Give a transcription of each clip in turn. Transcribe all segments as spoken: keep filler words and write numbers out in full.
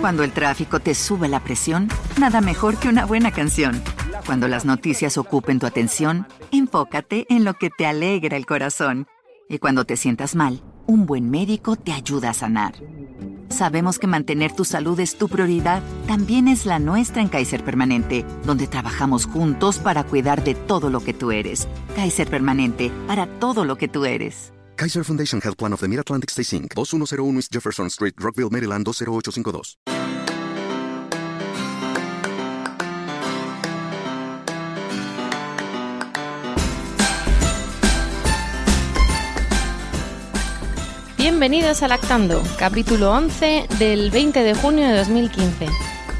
Cuando el tráfico te sube la presión, nada mejor que una buena canción. Cuando las noticias ocupen tu atención, enfócate en lo que te alegra el corazón. Y cuando te sientas mal, un buen médico te ayuda a sanar. Sabemos que mantener tu salud es tu prioridad, también es la nuestra en Kaiser Permanente, donde trabajamos juntos para cuidar de todo lo que tú eres. Kaiser Permanente, para todo lo que tú eres. Kaiser Foundation Health Plan of the Mid-Atlantic Stay Incorporated. veintiuno cero uno East Jefferson Street, Rockville, Maryland dos cero ocho cinco dos. Bienvenidos a Lactando, capítulo once del veinte de junio de dos mil quince.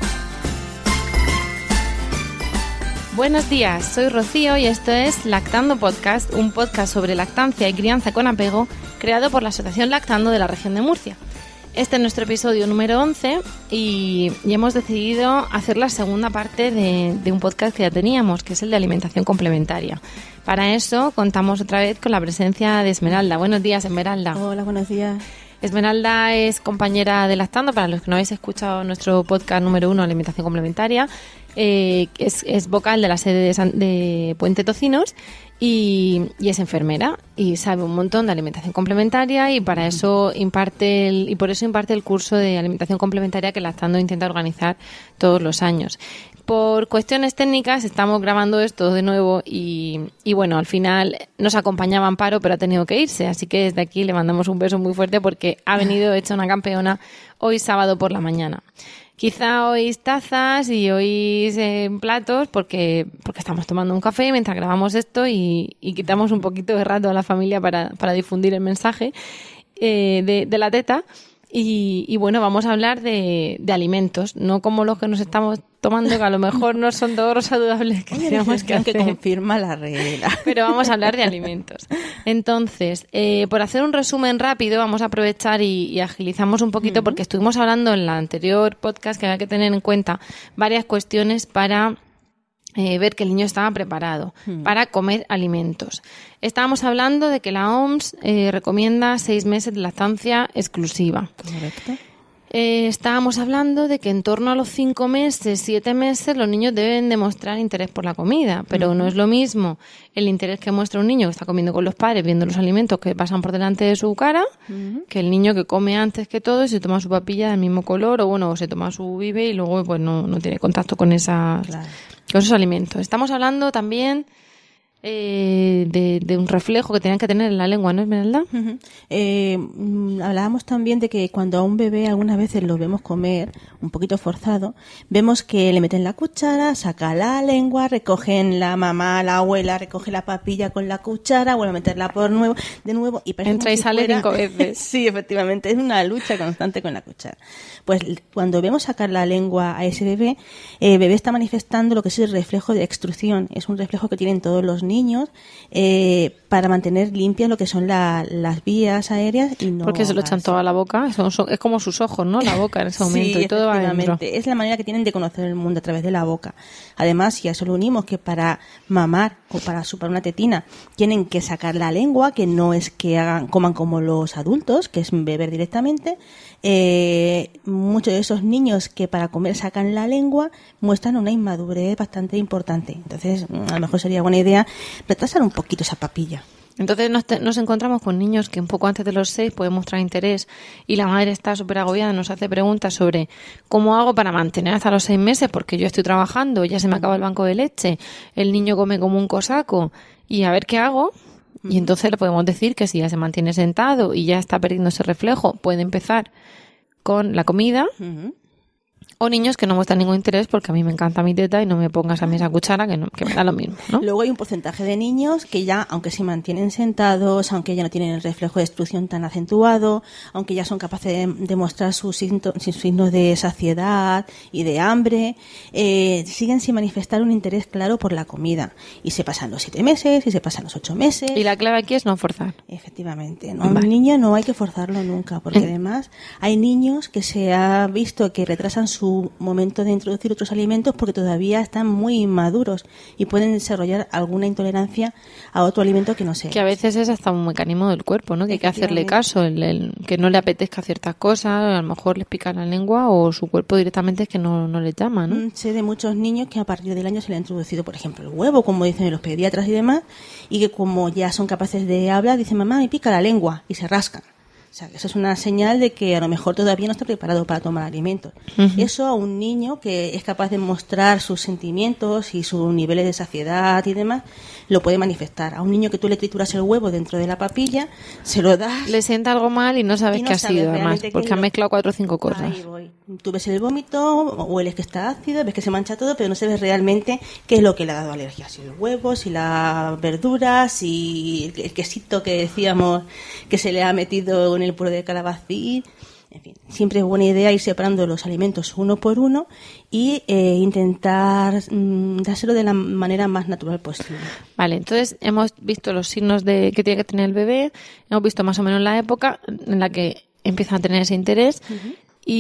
Buenos días, soy Rocío y esto es Lactando Podcast, un podcast sobre lactancia y crianza con apego creado por la Asociación Lactando de la región de Murcia. Este es nuestro episodio número once y, y hemos decidido hacer la segunda parte de, de un podcast que ya teníamos, que es el de alimentación complementaria. Para eso contamos otra vez con la presencia de Esmeralda. Buenos días, Esmeralda. Hola, buenos días. Esmeralda es compañera de Lactando, para los que no habéis escuchado nuestro podcast número uno, Alimentación Complementaria. Eh, es, es vocal de la sede de, San, de Puente Tocinos y, y es enfermera y sabe un montón de alimentación complementaria y para eso imparte el, y por eso imparte el curso de alimentación complementaria que Lactando intenta organizar todos los años. Por cuestiones técnicas estamos grabando esto de nuevo y, y bueno, al final nos acompañaba Amparo, pero ha tenido que irse, así que desde aquí le mandamos un beso muy fuerte porque ha venido hecha una campeona hoy sábado por la mañana. Quizá oís tazas y oís eh, platos porque porque estamos tomando un café mientras grabamos esto y, y quitamos un poquito de rato a la familia para, para difundir el mensaje eh, de, de la teta. Y, y bueno, vamos a hablar de, de alimentos, no como los que nos estamos tomando, que a lo mejor no son todos los saludables que tenemos que hacer. Que confirma la regla. Pero vamos a hablar de alimentos. Entonces, eh, por hacer un resumen rápido, vamos a aprovechar y, y agilizamos un poquito, uh-huh. porque estuvimos hablando en la anterior podcast que había que tener en cuenta varias cuestiones para Eh, ver que el niño estaba preparado hmm. para comer alimentos. Estábamos hablando de que la O M S eh, recomienda seis meses de lactancia exclusiva. Correcto. Eh, estábamos hablando de que en torno a los cinco meses, siete meses, los niños deben demostrar interés por la comida, pero uh-huh. no es lo mismo el interés que muestra un niño que está comiendo con los padres, viendo los alimentos que pasan por delante de su cara, uh-huh. que el niño que come antes que todo y se toma su papilla del mismo color, o bueno, se toma su bibe y luego pues no, no tiene contacto con esas, claro. con esos alimentos. Estamos hablando también Eh, de, de un reflejo que tenían que tener en la lengua, ¿no, Esmeralda? Uh-huh. Eh, hablábamos también de que cuando a un bebé algunas veces lo vemos comer un poquito forzado, vemos que le meten la cuchara, saca la lengua, recogen la mamá, la abuela, recoge la papilla con la cuchara, vuelve a meterla por nuevo, de nuevo y parece entra y si sale fuera... cinco veces. Sí, efectivamente, es una lucha constante con la cuchara. Pues cuando vemos sacar la lengua a ese bebé, el bebé está manifestando lo que es el reflejo de extrusión. Es un reflejo que tienen todos los niños eh, para mantener limpias lo que son la, las vías aéreas y no porque se lo echan todo a la boca, son, son, es como sus ojos, ¿no? La boca en ese momento sí, y todo va adentro. Es la manera que tienen de conocer el mundo a través de la boca. Además, si a eso lo unimos que para mamar o para chupar una tetina tienen que sacar la lengua, que no es que hagan coman como los adultos, que es beber directamente. Eh, muchos de esos niños que para comer sacan la lengua muestran una inmadurez bastante importante. Entonces, a lo mejor sería buena idea retrasar un poquito esa papilla. Entonces nos, te, nos encontramos con niños que un poco antes de los seis pueden mostrar interés y la madre está súper agobiada, nos hace preguntas sobre cómo hago para mantener hasta los seis meses porque yo estoy trabajando, ya se me acaba el banco de leche, el niño come como un cosaco y a ver qué hago. Y entonces le podemos decir que si ya se mantiene sentado y ya está perdiendo ese reflejo, puede empezar con la comida. Uh-huh. O niños que no muestran ningún interés porque a mí me encanta mi teta y no me pongas a mí esa cuchara que, no, que me da lo mismo, ¿no? Luego hay un porcentaje de niños que ya, aunque se mantienen sentados, aunque ya no tienen el reflejo de extrusión tan acentuado, aunque ya son capaces de, de mostrar sus signos, sus signos de saciedad y de hambre, eh, siguen sin manifestar un interés claro por la comida. Y se pasan los siete meses y se pasan los ocho meses. Y la clave aquí es no forzar. Efectivamente. ¿no? Vale. A un niño no hay que forzarlo nunca porque además hay niños que se ha visto que retrasan su su momento de introducir otros alimentos porque todavía están muy inmaduros y pueden desarrollar alguna intolerancia a otro alimento que no sea. Que a veces es hasta un mecanismo del cuerpo, ¿no? Que hay que hacerle caso, el, el, que no le apetezca ciertas cosas, a lo mejor les pica la lengua o su cuerpo directamente es que no, no le llama, ¿no? Mm, sé de muchos niños que a partir del año se le ha introducido, por ejemplo, el huevo, como dicen los pediatras y demás, y que como ya son capaces de hablar, dicen, mamá, me pica la lengua, y se rascan. O sea, eso es una señal de que a lo mejor todavía no está preparado para tomar alimentos. Uh-huh. Eso a un niño que es capaz de mostrar sus sentimientos y sus niveles de saciedad y demás, lo puede manifestar. A un niño que tú le trituras el huevo dentro de la papilla, se lo das... Le sienta algo mal y no sabes y no qué ha sabes sido, además, porque ha mezclado cuatro o cinco cosas. Ahí voy. Tú ves el vómito, hueles que está ácido, ves que se mancha todo, pero no sabes realmente qué es lo que le ha dado alergia. Si el huevo, si las verduras, si el quesito que decíamos que se le ha metido en el puré de calabacín. En fin, siempre es buena idea ir separando los alimentos uno por uno y eh, intentar mmm, dárselo de la manera más natural posible. Vale, entonces hemos visto los signos de que tiene que tener el bebé, hemos visto más o menos la época en la que empieza a tener ese interés. Uh-huh.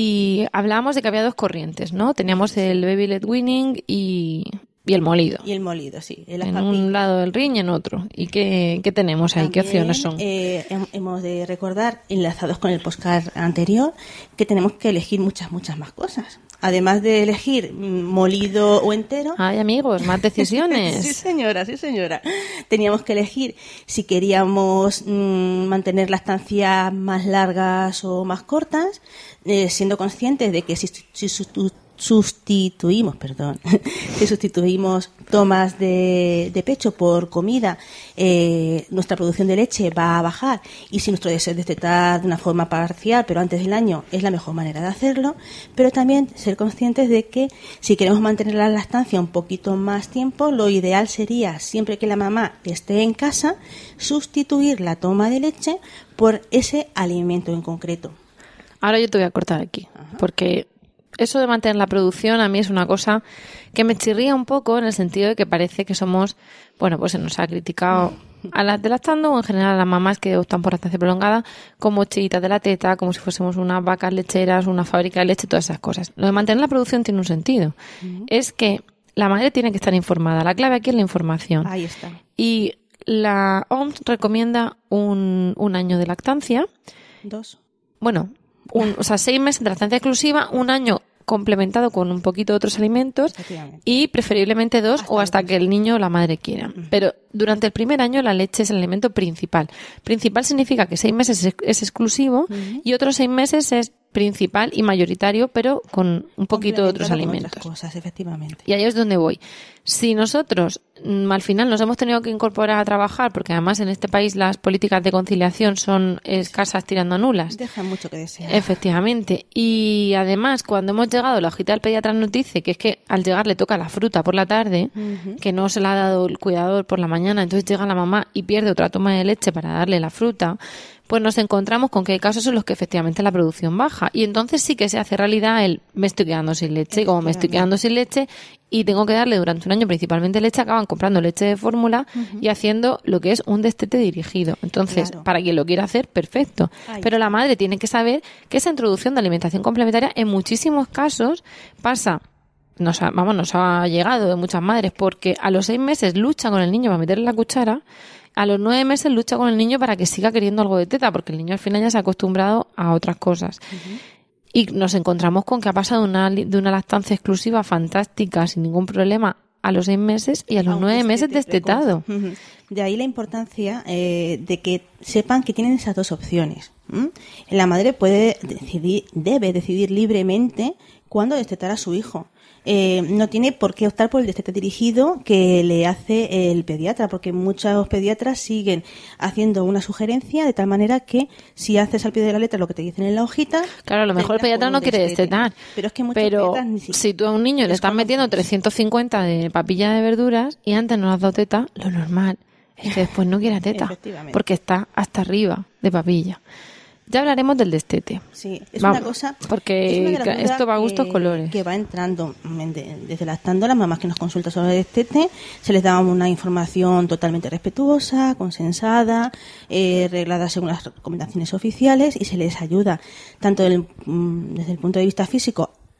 Y hablábamos de que había dos corrientes, ¿no? Teníamos el baby led weaning y, y el molido. Y el molido, sí. En papillas. Un lado del ring y en otro. ¿Y qué, qué tenemos ahí? También, ¿qué opciones son? Eh, hemos de recordar, enlazados con el podcast anterior, que tenemos que elegir muchas, muchas más cosas. Además de elegir molido o entero. Ay, amigos, más decisiones. Sí, señora, sí, señora. Teníamos que elegir si queríamos mmm, mantener las estancias más largas o más cortas, eh, siendo conscientes de que si, si sustu- sustituimos, perdón, si sustituimos tomas de, de pecho por comida, eh, nuestra producción de leche va a bajar, y si nuestro deseo es destetar de una forma parcial, pero antes del año, es la mejor manera de hacerlo. Pero también ser conscientes de que si queremos mantener la lactancia un poquito más tiempo, lo ideal sería, siempre que la mamá esté en casa, sustituir la toma de leche por ese alimento en concreto. Ahora yo te voy a cortar aquí, Ajá. porque eso de mantener la producción a mí es una cosa que me chirría un poco, en el sentido de que parece que somos, bueno, pues se nos ha criticado a las de lactando o en general a las mamás que optan por lactancia prolongada como chillitas de la teta, como si fuésemos unas vacas lecheras, una fábrica de leche, todas esas cosas. Lo de mantener la producción tiene un sentido. Uh-huh. Es que la madre tiene que estar informada. La clave aquí es la información. Ahí está. Y la O M S recomienda un, un año de lactancia. Dos. Bueno, un, o sea, seis meses de lactancia exclusiva, un año complementado con un poquito de otros alimentos y preferiblemente dos hasta o hasta que el niño o la madre quiera. Uh-huh. Pero durante el primer año la leche es el alimento principal. Principal significa que seis meses es, es exclusivo uh-huh. y otros seis meses es principal y mayoritario, pero con un poquito de otros alimentos. Otras cosas, efectivamente. Y ahí es donde voy. Si nosotros mm, al final nos hemos tenido que incorporar a trabajar, porque además en este país las políticas de conciliación son escasas tirando a nulas. Dejan mucho que desear. Efectivamente. Y además, cuando hemos llegado, la hojita del pediatra nos dice que es que al llegar le toca la fruta por la tarde, uh-huh. que no se la ha dado el cuidador por la mañana, entonces llega la mamá y pierde otra toma de leche para darle la fruta, pues nos encontramos con que hay casos en los que efectivamente la producción baja. Y entonces sí que se hace realidad el me estoy quedando sin leche. Y como me estoy quedando sin leche y tengo que darle durante un año principalmente leche, acaban comprando leche de fórmula uh-huh. y haciendo lo que es un destete dirigido. Entonces, claro. para quien lo quiera hacer, perfecto. Ay. Pero la madre tiene que saber que esa introducción de alimentación complementaria en muchísimos casos pasa... Nos ha, vamos, nos ha llegado de muchas madres porque a los seis meses lucha con el niño para meterle la cuchara, a los nueve meses lucha con el niño para que siga queriendo algo de teta, porque el niño al final ya se ha acostumbrado a otras cosas. Uh-huh. Y nos encontramos con que ha pasado una, de una lactancia exclusiva fantástica, sin ningún problema, a los seis meses y a los nueve meses destetado. Uh-huh. De ahí la importancia eh, de que sepan que tienen esas dos opciones. ¿Mm? La madre puede decidir, debe decidir libremente cuándo destetar a su hijo. Eh, no tiene por qué optar por el destete dirigido que le hace el pediatra, porque muchos pediatras siguen haciendo una sugerencia de tal manera que si haces al pie de la letra lo que te dicen en la hojita... Claro, a lo mejor el pediatra no quiere destetar, pero, es que pero ni si, si tú a un niño le estás metiendo trescientos cincuenta de papilla de verduras y antes no le has dado teta, lo normal es que después no quiera teta, porque está hasta arriba de papilla. Ya hablaremos del destete. Sí, es Vamos, una cosa... porque es una esto va a gustos que, colores. Que va entrando desde lactando, las mamás que nos consultan sobre el destete, se les da una información totalmente respetuosa, consensada, eh, reglada según las recomendaciones oficiales, y se les ayuda tanto del, desde el punto de vista físico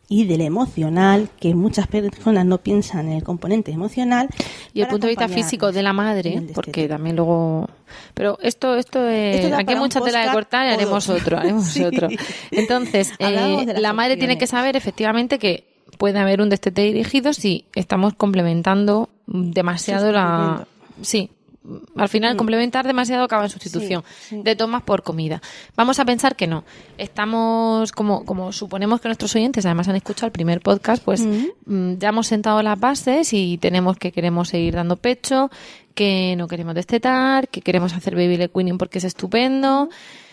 y del emocional, que muchas personas no piensan en el componente emocional. Y el punto de vista físico de la madre, porque también luego... Pero esto esto es... Esto aquí hay mucha tela de cortar y haremos otro, haremos sí. otro. Entonces, eh, la madre tiene que saber efectivamente que puede haber un destete dirigido si estamos complementando demasiado la... Sí. Al final, mm. complementar demasiado acaba en sustitución sí, sí. de tomas por comida. Vamos a pensar que no. Estamos, como, como suponemos que nuestros oyentes además han escuchado el primer podcast, pues mm. ya hemos sentado las bases y tenemos que queremos seguir dando pecho, que no queremos destetar, que queremos hacer baby led weaning porque es estupendo.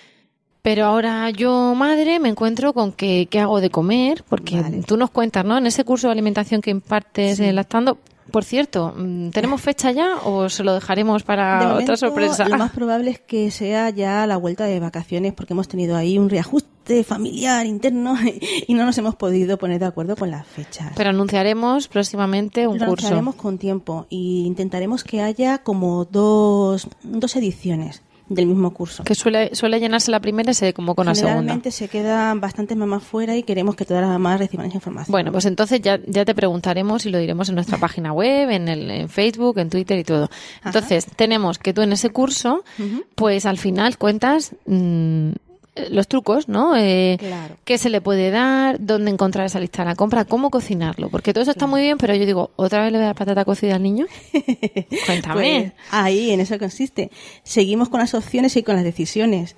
Pero ahora yo, madre, me encuentro con que qué hago de comer, porque vale. tú nos cuentas, ¿no? En ese curso de alimentación que impartes sí. lactando. Por cierto, ¿tenemos fecha ya o se lo dejaremos para de momento, otra sorpresa? Lo más probable es que sea ya la vuelta de vacaciones porque hemos tenido ahí un reajuste familiar interno y no nos hemos podido poner de acuerdo con las fechas. Pero anunciaremos próximamente un lo curso. Anunciaremos con tiempo y intentaremos que haya como dos, dos ediciones del mismo curso. Que suele suele llenarse la primera y se convoca una segunda. Generalmente se quedan bastantes mamás fuera y queremos que todas las mamás reciban esa información. Bueno, pues entonces ya, ya te preguntaremos y lo diremos en nuestra página web, en el en Facebook, en Twitter y todo. Entonces, Ajá. tenemos que tú en ese curso, uh-huh. pues al final cuentas... Mmm, los trucos, ¿no? Eh, claro. ¿Qué se le puede dar? ¿Dónde encontrar esa lista de la compra? ¿Cómo cocinarlo? Porque todo eso está claro. muy bien, pero yo digo, ¿otra vez le voy a dar patata cocida al niño? Cuéntame. Pues ahí, en eso consiste. Seguimos con las opciones y con las decisiones.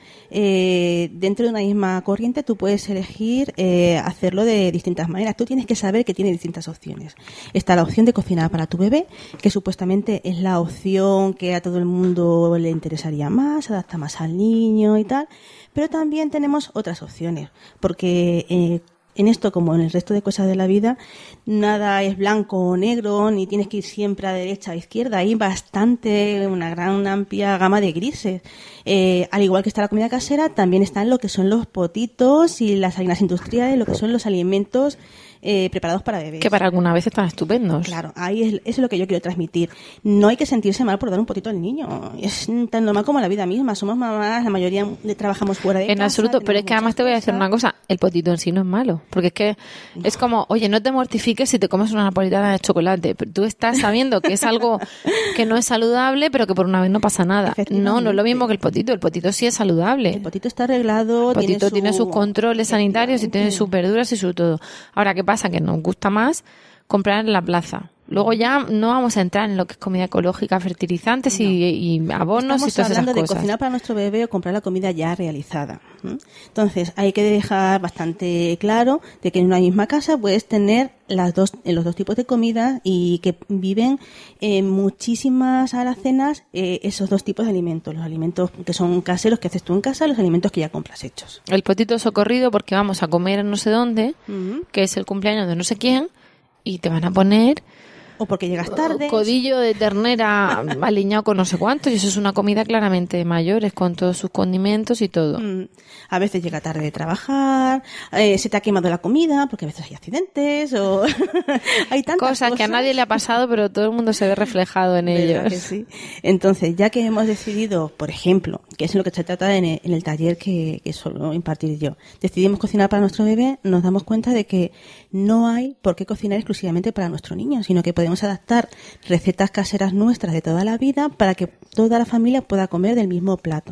Eh, dentro de una misma corriente tú puedes elegir eh, hacerlo de distintas maneras. Tú tienes que saber que tiene distintas opciones. Está la opción de cocinar para tu bebé, que supuestamente es la opción que a todo el mundo le interesaría más, se adapta más al niño y tal. Pero también tenemos otras opciones, porque eh, en esto, como en el resto de cosas de la vida, nada es blanco o negro, ni tienes que ir siempre a derecha o a izquierda. Hay bastante, una gran, una amplia gama de grises. Eh, al igual que está la comida casera, también están lo que son los potitos y las harinas industriales, lo que son los alimentos eh, preparados para bebés. Que para alguna vez están estupendos. Claro, ahí es, eso es lo que yo quiero transmitir. No hay que sentirse mal por dar un potito al niño. Es tan normal como la vida misma. Somos mamás, la mayoría trabajamos fuera de en casa. En absoluto, pero es que además te voy a decir cosas. una cosa. El potito en sí no es malo. Porque es que no. es como, oye, no te mortifiques si te comes una napolitana de chocolate. Pero tú estás sabiendo que es algo que no es saludable, pero que por una vez no pasa nada. No, no es lo mismo que el potito. El potito sí es saludable. El potito está arreglado. El potito tiene, su... tiene sus controles sanitarios y tiene sus verduras y su todo. Ahora, ¿qué pasa? Que nos gusta más comprar en la plaza. Luego ya no vamos a entrar en lo que es comida ecológica, fertilizantes no. y, y abonos Estamos y todas esas hablando de cosas. Cocinar para nuestro bebé o comprar la comida ya realizada. Entonces, hay que dejar bastante claro de que en una misma casa puedes tener las dos, los dos tipos de comida y que viven en muchísimas alacenas eh, esos dos tipos de alimentos. Los alimentos que son caseros, que haces tú en casa, los alimentos que ya compras hechos. El potito socorrido porque vamos a comer en no sé dónde, uh-huh. que es el cumpleaños de no sé quién, y te van a poner... O porque llegas tarde. Codillo de ternera aliñado con no sé cuánto, y eso es una comida claramente de mayores, con todos sus condimentos y todo. Mm, a veces llega tarde de trabajar, eh, se te ha quemado la comida, porque a veces hay accidentes, o hay tantas cosas, cosas que a nadie le ha pasado, pero todo el mundo se ve reflejado en ellos. Que sí. Entonces, ya que hemos decidido, por ejemplo, que es lo que se trata en el, en el taller que, que suelo impartir yo, decidimos cocinar para nuestro bebé, nos damos cuenta de que no hay por qué cocinar exclusivamente para nuestro niño, sino que podemos adaptar recetas caseras nuestras de toda la vida para que toda la familia pueda comer del mismo plato.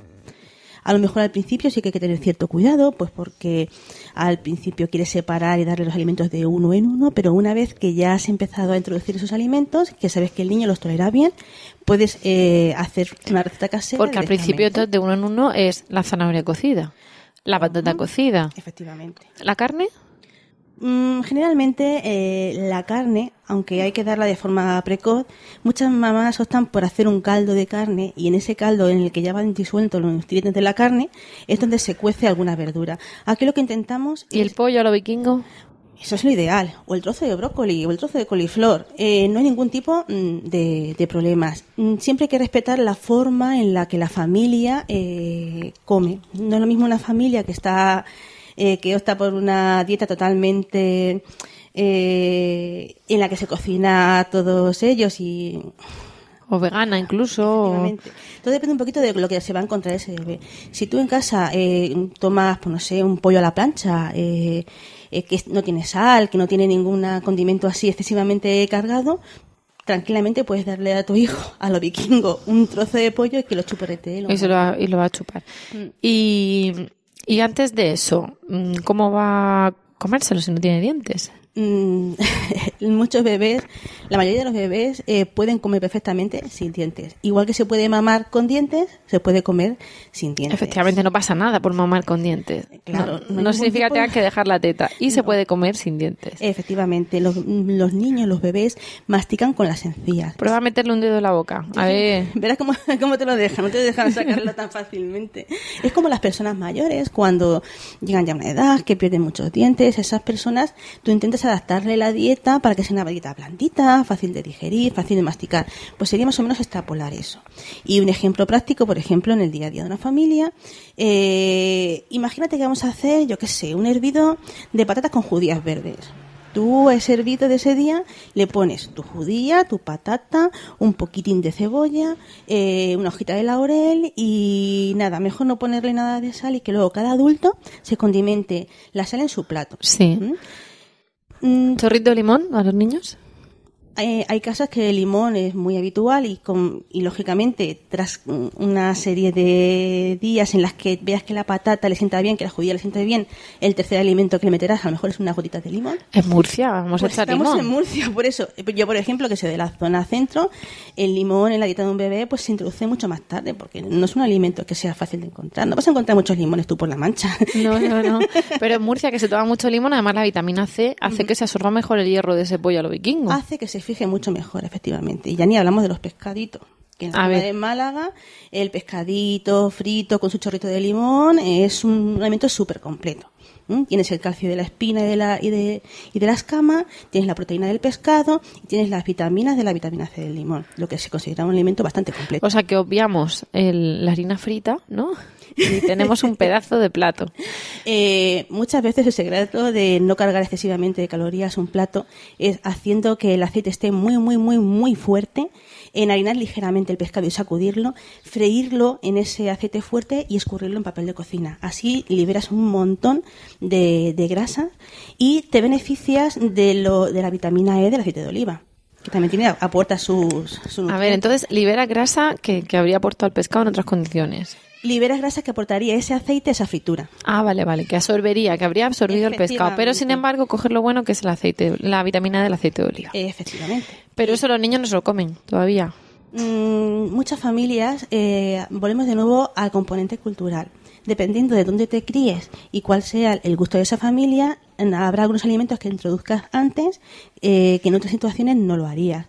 A lo mejor al principio sí que hay que tener cierto cuidado, pues porque al principio quieres separar y darle los alimentos de uno en uno, pero una vez que ya has empezado a introducir esos alimentos, que sabes que el niño los tolera bien, puedes eh, hacer una receta casera. Porque al principio de uno en uno es la zanahoria cocida, la patata uh-huh. cocida. Efectivamente. ¿La carne? Mm, generalmente eh, la carne, aunque hay que darla de forma precoz, muchas mamás optan por hacer un caldo de carne y en ese caldo en el que ya van disueltos los nutrientes de la carne es donde se cuece alguna verdura. Aquí lo que intentamos ¿Y es... el pollo a lo vikingo? Eso es lo ideal, o el trozo de brócoli, o el trozo de coliflor. Eh, no hay ningún tipo de, de problemas. Siempre hay que respetar la forma en la que la familia eh, come. No es lo mismo una familia que está... Eh, que opta por una dieta totalmente eh, en la que se cocina a todos ellos y O vegana incluso. Efectivamente. Todo depende un poquito de lo que se va a encontrar ese bebé. Si tú en casa eh, tomas, pues no sé, un pollo a la plancha, eh, eh, que no tiene sal, que no tiene ningún condimento así excesivamente cargado, tranquilamente puedes darle a tu hijo, a lo vikingo, un trozo de pollo y que lo chuporrete. Lo y, se lo va, y lo va a chupar. Mm. Y, y antes de eso, ¿cómo va a comérselo si no tiene dientes? Mm, muchos bebés, la mayoría de los bebés eh, pueden comer perfectamente sin dientes. Igual que se puede mamar con dientes, se puede comer sin dientes. Efectivamente, no pasa nada por mamar con dientes. Claro, no, no, no significa que tengas que dejar la teta. Y no. se puede comer sin dientes. Efectivamente, los, los niños, los bebés, mastican con las encías. Prueba a meterle un dedo en la boca. A ver. Verás cómo, cómo te lo dejan, no te dejan sacarlo tan fácilmente. Es como las personas mayores, cuando llegan ya a una edad, que pierden muchos dientes. Esas personas, tú intentas adaptarle la dieta para que sea una dieta blandita, fácil de digerir, fácil de masticar. Pues sería más o menos extrapolar eso. Y un ejemplo práctico, por ejemplo, en el día a día de una familia, eh, imagínate que vamos a hacer, yo qué sé, un hervido de patatas con judías verdes. Tú a ese hervido de ese día le pones tu judía, tu patata, un poquitín de cebolla, eh, una hojita de laurel y nada, mejor no ponerle nada de sal y que luego cada adulto se condimente la sal en su plato. Sí. ¿Mm? ¿Chorrito de limón a los niños? Hay, hay casas que el limón es muy habitual y, con, y lógicamente tras una serie de días en las que veas que la patata le sienta bien, que la judía le sienta bien, el tercer alimento que le meterás a lo mejor es unas gotitas de limón. En Murcia, vamos pues a echar estamos limón. en Murcia, por eso. Yo, por ejemplo, que soy de la zona centro, el limón en la dieta de un bebé pues se introduce mucho más tarde porque no es un alimento que sea fácil de encontrar. No vas a encontrar muchos limones tú por la Mancha. No, no, no. Pero en Murcia, que se toma mucho limón, además la vitamina C hace uh-huh. que se absorba mejor el hierro de ese pollo a lo vikingo. Hace que se fije mucho mejor, efectivamente. Y ya ni hablamos de los pescaditos. Que en la zona de Málaga, el pescadito frito con su chorrito de limón es un alimento súper completo. ¿Mm? Tienes el calcio de la espina y de la, y de, y de la escama, tienes la proteína del pescado y tienes las vitaminas de la vitamina C del limón, lo que se considera un alimento bastante completo. O sea que obviamos el, la harina frita, ¿no? Y tenemos un pedazo de plato. Eh, muchas veces el secreto de no cargar excesivamente de calorías un plato es haciendo que el aceite esté muy, muy, muy, muy fuerte, enharinar ligeramente el pescado y sacudirlo, freírlo en ese aceite fuerte y escurrirlo en papel de cocina. Así liberas un montón de, de grasa y te beneficias de, lo, de la vitamina E del aceite de oliva, que también tiene, aporta sus, sus nutrientes. A ver, entonces libera grasa que, que habría aportado el pescado en otras condiciones. Liberas grasa que aportaría ese aceite, esa fritura. Ah, vale, vale, que absorbería, que habría absorbido el pescado. Pero sin embargo, coger lo bueno que es el aceite, la vitamina del aceite de oliva. Efectivamente. Pero eso los niños no se lo comen todavía. Mm, muchas familias, eh, volvemos de nuevo al componente cultural. Dependiendo de dónde te críes y cuál sea el gusto de esa familia, habrá algunos alimentos que introduzcas antes eh, que en otras situaciones no lo harías.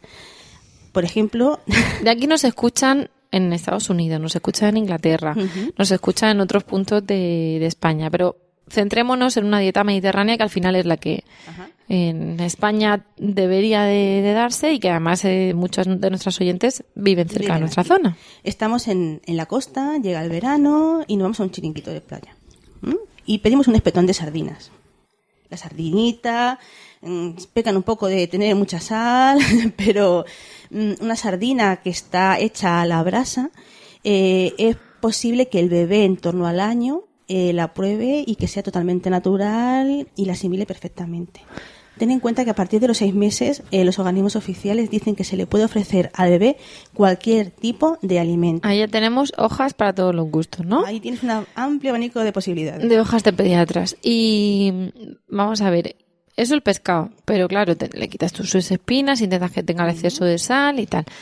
Por ejemplo... De aquí nos escuchan en Estados Unidos, nos escuchan en Inglaterra, uh-huh. nos escuchan en otros puntos de, de España, pero centrémonos en una dieta mediterránea que al final es la que uh-huh. en España debería de, de darse y que además eh, muchos de nuestros oyentes viven cerca viven de nuestra aquí. Zona. Estamos en, en la costa, llega el verano y nos vamos a un chiringuito de playa. ¿Mm? Y pedimos un espetón de sardinas. La sardinita, mmm, pecan un poco de tener mucha sal, pero mmm, una sardina que está hecha a la brasa, eh, es posible que el bebé en torno al año eh, la pruebe y que sea totalmente natural y la asimile perfectamente. Ten en cuenta que a partir de los seis meses eh, los organismos oficiales dicen que se le puede ofrecer al bebé cualquier tipo de alimento. Ahí ya tenemos hojas para todos los gustos, ¿no? Ahí tienes un amplio abanico de posibilidades. De hojas de pediatras. Y vamos a ver, eso el pescado, pero claro, te, le quitas tus sus espinas, intentas que tenga el exceso de sal y tal.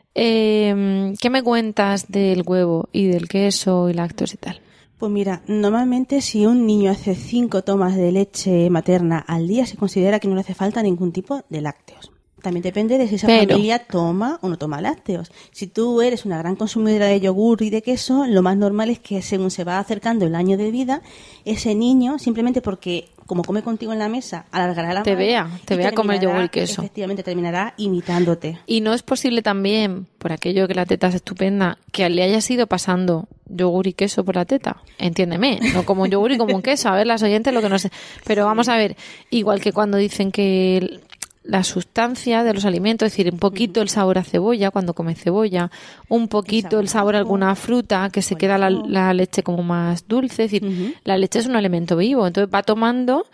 Eh, ¿Qué me cuentas del huevo y del queso y lácteos y tal? Pues mira, normalmente si un niño hace cinco tomas de leche materna al día se considera que no le hace falta ningún tipo de lácteos. También depende de si esa Pero... familia toma o no toma lácteos. Si tú eres una gran consumidora de yogur y de queso, lo más normal es que según se va acercando el año de vida, ese niño, simplemente porque como come contigo en la mesa, alargará la te mano. Vea, te vea comer yogur y queso. Efectivamente, terminará imitándote. Y no es posible también, por aquello que la teta es estupenda, que le hayas ido pasando yogur y queso por la teta. Entiéndeme, no como un yogur y como un queso. A ver, las oyentes lo que no sé. Pero vamos a ver, igual que cuando dicen que la sustancia de los alimentos, es decir, un poquito el sabor a cebolla cuando comes cebolla, un poquito el sabor a alguna fruta, que se queda la, la leche como más dulce, es decir, uh-huh. la leche es un alimento vivo, entonces va tomando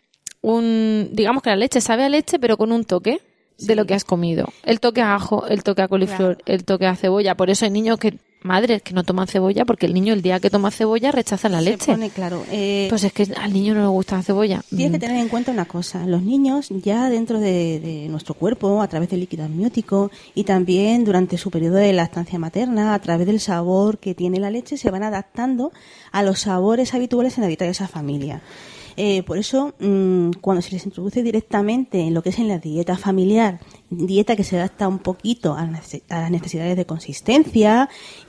un, digamos que la leche sabe a leche, pero con un toque sí. de lo que has comido. El toque a ajo, el toque a coliflor, claro. el toque a cebolla, por eso hay niños que madres que no toman cebolla porque el niño el día que toma cebolla rechaza la leche. Se pone claro. Eh, pues es que al niño no le gusta la cebolla. Tienes que tener en cuenta una cosa. Los niños ya dentro de, de nuestro cuerpo, a través del líquido amniótico y también durante su periodo de lactancia materna, a través del sabor que tiene la leche, se van adaptando a los sabores habituales en la dieta de esa familia. Eh, por eso, mmm, cuando se les introduce directamente en lo que es en la dieta familiar, dieta que se adapta un poquito a las necesidades de consistencia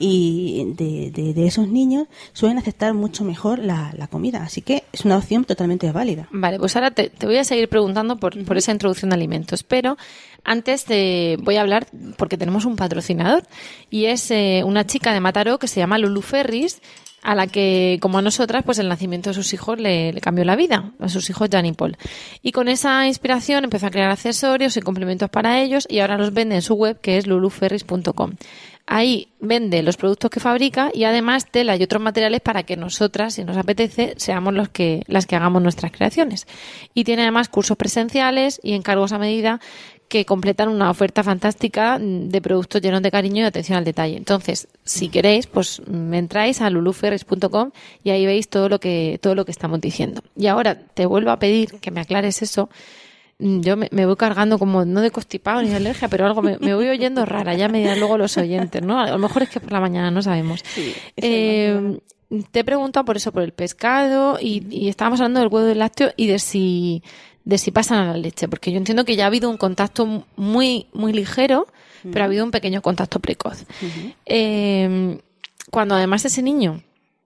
y de, de, de esos niños, suelen aceptar mucho mejor la, la comida. Así que es una opción totalmente válida. Vale, pues ahora te, te voy a seguir preguntando por, uh-huh. por esa introducción de alimentos, pero antes te voy a hablar, porque tenemos un patrocinador, y es eh, una chica de Mataró que se llama Lulu Ferris, a la que, como a nosotras, pues el nacimiento de sus hijos le, le cambió la vida, a sus hijos Jan y Paul. Y con esa inspiración empezó a crear accesorios y complementos para ellos y ahora los vende en su web, que es lulu ferris punto com. Ahí vende los productos que fabrica y además tela y otros materiales para que nosotras, si nos apetece, seamos los que, las que hagamos nuestras creaciones. Y tiene además cursos presenciales y encargos a medida que completan una oferta fantástica de productos llenos de cariño y atención al detalle. Entonces, si queréis, pues me entráis a lulu ferris punto com y ahí veis todo lo que todo lo que estamos diciendo. Y ahora te vuelvo a pedir que me aclares eso. Yo me, me voy cargando como, no de constipado ni de alergia, pero algo me, me voy oyendo rara. Ya me dirán luego los oyentes, ¿no? A lo mejor es que por la mañana no sabemos. Sí, eh, te he preguntado por eso, por el pescado y, y estábamos hablando del huevo del lácteo y de si... de si pasan a la leche, porque yo entiendo que ya ha habido un contacto muy muy ligero, uh-huh. pero ha habido un pequeño contacto precoz. Uh-huh. Eh, cuando además ese niño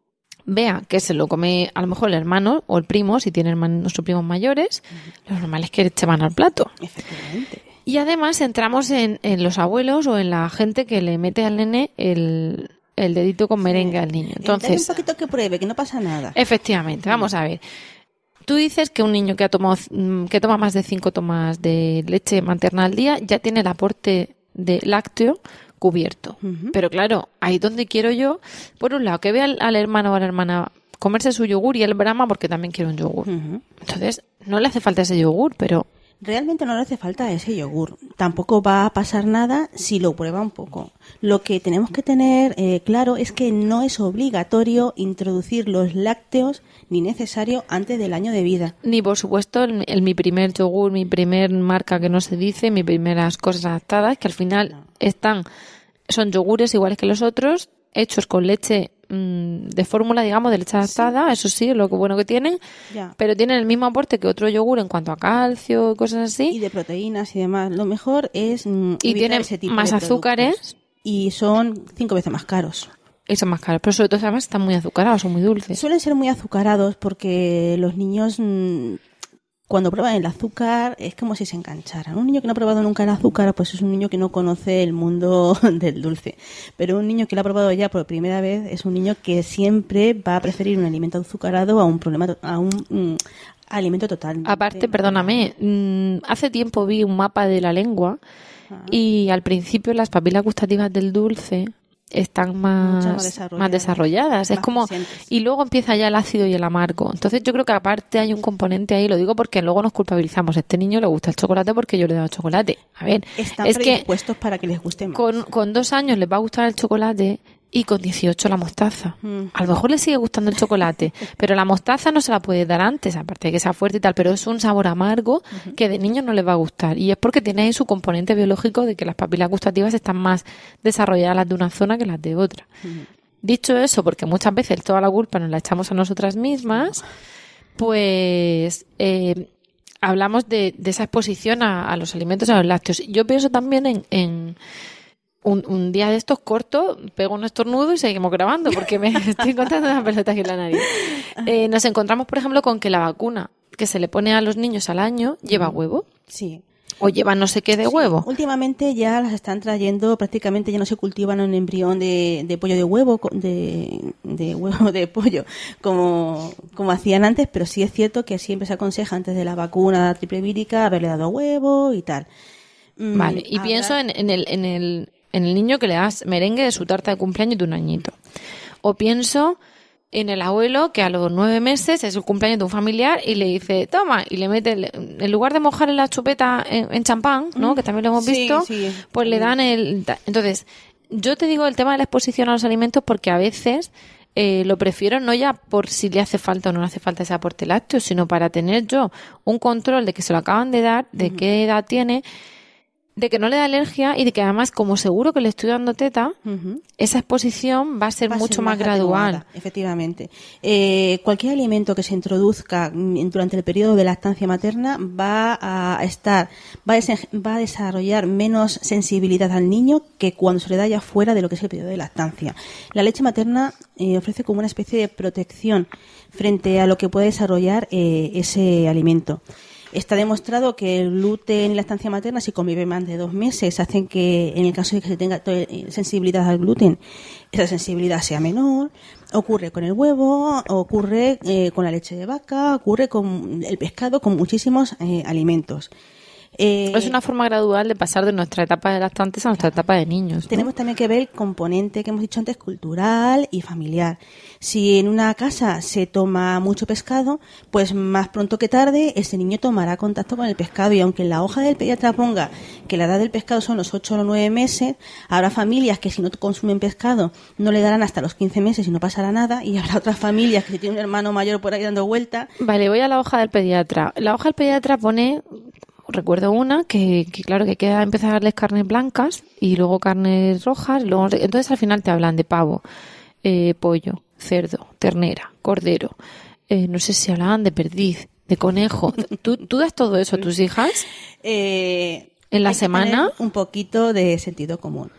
vea que se lo come a lo mejor el hermano o el primo, si tiene hermanos o primos mayores, uh-huh. lo normal es que se van al plato. Efectivamente. Y además entramos en, en los abuelos o en la gente que le mete al nene el, el dedito con merengue sí. al niño. Entonces, dale un poquito que pruebe, que no pasa nada. Efectivamente, vamos a ver. Tú dices que un niño que ha tomado, que toma más de cinco tomas de leche materna al día ya tiene el aporte de lácteo cubierto. Uh-huh. Pero claro, ahí donde quiero yo, por un lado, que vea al, al hermano o a la hermana comerse su yogur y él brama porque también quiere un yogur. Uh-huh. Entonces, no le hace falta ese yogur, pero... Realmente no le hace falta ese yogur. Tampoco va a pasar nada si lo prueba un poco. Lo que tenemos que tener eh, claro es que no es obligatorio introducir los lácteos ni necesario antes del año de vida. Ni, por supuesto, el, el, mi primer yogur, mi primer marca que no se dice, mis primeras cosas adaptadas, que al final no. están, son yogures iguales que los otros, hechos con leche mmm, de fórmula, digamos, de leche adaptada, sí. eso sí, lo que bueno que tienen, ya. pero tienen el mismo aporte que otro yogur en cuanto a calcio y cosas así. Y de proteínas y demás. Lo mejor es mmm, y tienen ese tipo más de azúcares. Y son cinco veces más caros. Y son más caros, pero sobre todo además están muy azucarados, son muy dulces. Suelen ser muy azucarados porque los niños... Mmm, cuando prueban el azúcar es como si se engancharan. Un niño que no ha probado nunca el azúcar, pues es un niño que no conoce el mundo del dulce. Pero un niño que lo ha probado ya por primera vez es un niño que siempre va a preferir un alimento azucarado a un problema a un mm, alimento total. Aparte, perdóname, mmm, hace tiempo vi un mapa de la lengua ah. y al principio las papilas gustativas del dulce están más, más desarrolladas, más desarrolladas. Más es como presentes. Y luego empieza ya el ácido y el amargo. Entonces yo creo que aparte hay un componente ahí, lo digo porque luego nos culpabilizamos. A este niño le gusta el chocolate porque yo le he dado chocolate. A ver, están es predispuestos que para que les guste más. Con, con dos años les va a gustar el chocolate y con dieciocho la mostaza. Mm. A lo mejor le sigue gustando el chocolate, pero la mostaza no se la puede dar antes, aparte de que sea fuerte y tal, pero es un sabor amargo uh-huh. que de niños no les va a gustar. Y es porque tiene ahí su componente biológico de que las papilas gustativas están más desarrolladas las de una zona que las de otra. Uh-huh. Dicho eso, porque muchas veces toda la culpa nos la echamos a nosotras mismas, pues eh, hablamos de, de esa exposición a, a los alimentos, a los lácteos. Yo pienso también en... en Un, un día de estos corto, pego un estornudo y seguimos grabando porque me estoy encontrando una pelota aquí en la nariz. Eh, nos encontramos, por ejemplo, con que la vacuna que se le pone a los niños al año lleva huevo. Sí. O llevan no sé qué de Sí, huevo. últimamente ya las están trayendo, prácticamente ya no se cultivan un embrión de, de pollo de huevo, co- de, de huevo de pollo, como, como hacían antes, pero sí es cierto que siempre se aconseja antes de la vacuna triple vírica haberle dado huevo y tal. Mm, Vale, y habrá- pienso en, en, el, en, el, en el niño que le das merengue de su tarta de cumpleaños de un añito. O pienso en el abuelo que a los nueve meses es el cumpleaños de un familiar y le dice, toma, y le mete, el- en lugar de mojar en la chupeta en, en champán, ¿no? Que también lo hemos Sí, visto, sí, pues le dan el... Entonces, yo te digo el tema de la exposición a los alimentos porque a veces eh, lo prefiero no ya por si le hace falta o no le hace falta ese aporte lácteo, sino para tener yo un control de que se lo acaban de dar, de qué edad tiene, de que no le da alergia y de que además, como seguro que le estoy dando teta, Ujú. esa exposición va a ser Va a mucho ser más gradual. atenuada, efectivamente. Eh, cualquier alimento que se introduzca mm, durante el periodo de lactancia materna va a estar, va a, desen- va a desarrollar menos sensibilidad al niño que cuando se le da ya fuera de lo que es el periodo de lactancia. La leche materna eh, ofrece como una especie de protección frente a lo que puede desarrollar eh, ese alimento. Está demostrado que el gluten y la lactancia materna, si convive más de dos meses, hacen que, en el caso de que se tenga to- sensibilidad al gluten, esa sensibilidad sea menor. Ocurre con el huevo, ocurre eh, con la leche de vaca, ocurre con el pescado, con muchísimos eh, alimentos. Eh, Es una forma gradual de pasar de nuestra etapa de lactantes a nuestra etapa de niños, ¿no? Tenemos también que ver el componente que hemos dicho antes, cultural y familiar. Si en una casa se toma mucho pescado, pues más pronto que tarde ese niño tomará contacto con el pescado, y aunque en la hoja del pediatra ponga que la edad del pescado son los ocho o los nueve meses, habrá familias que si no consumen pescado no le darán hasta los quince meses y no pasará nada, y habrá otras familias que si tiene un hermano mayor por ahí dando vuelta. Vale, voy a la hoja del pediatra. La hoja del pediatra pone, recuerdo una, que, que claro, que hay que empezar a darles carnes blancas y luego carnes rojas. Y luego, entonces al final te hablan de pavo, eh, pollo, cerdo, ternera, cordero. Eh, no sé si hablaban de perdiz, de conejo. ¿Tú, tú das todo eso a tus hijas? Eh, ¿En la hay que semana? tener un poquito de sentido común.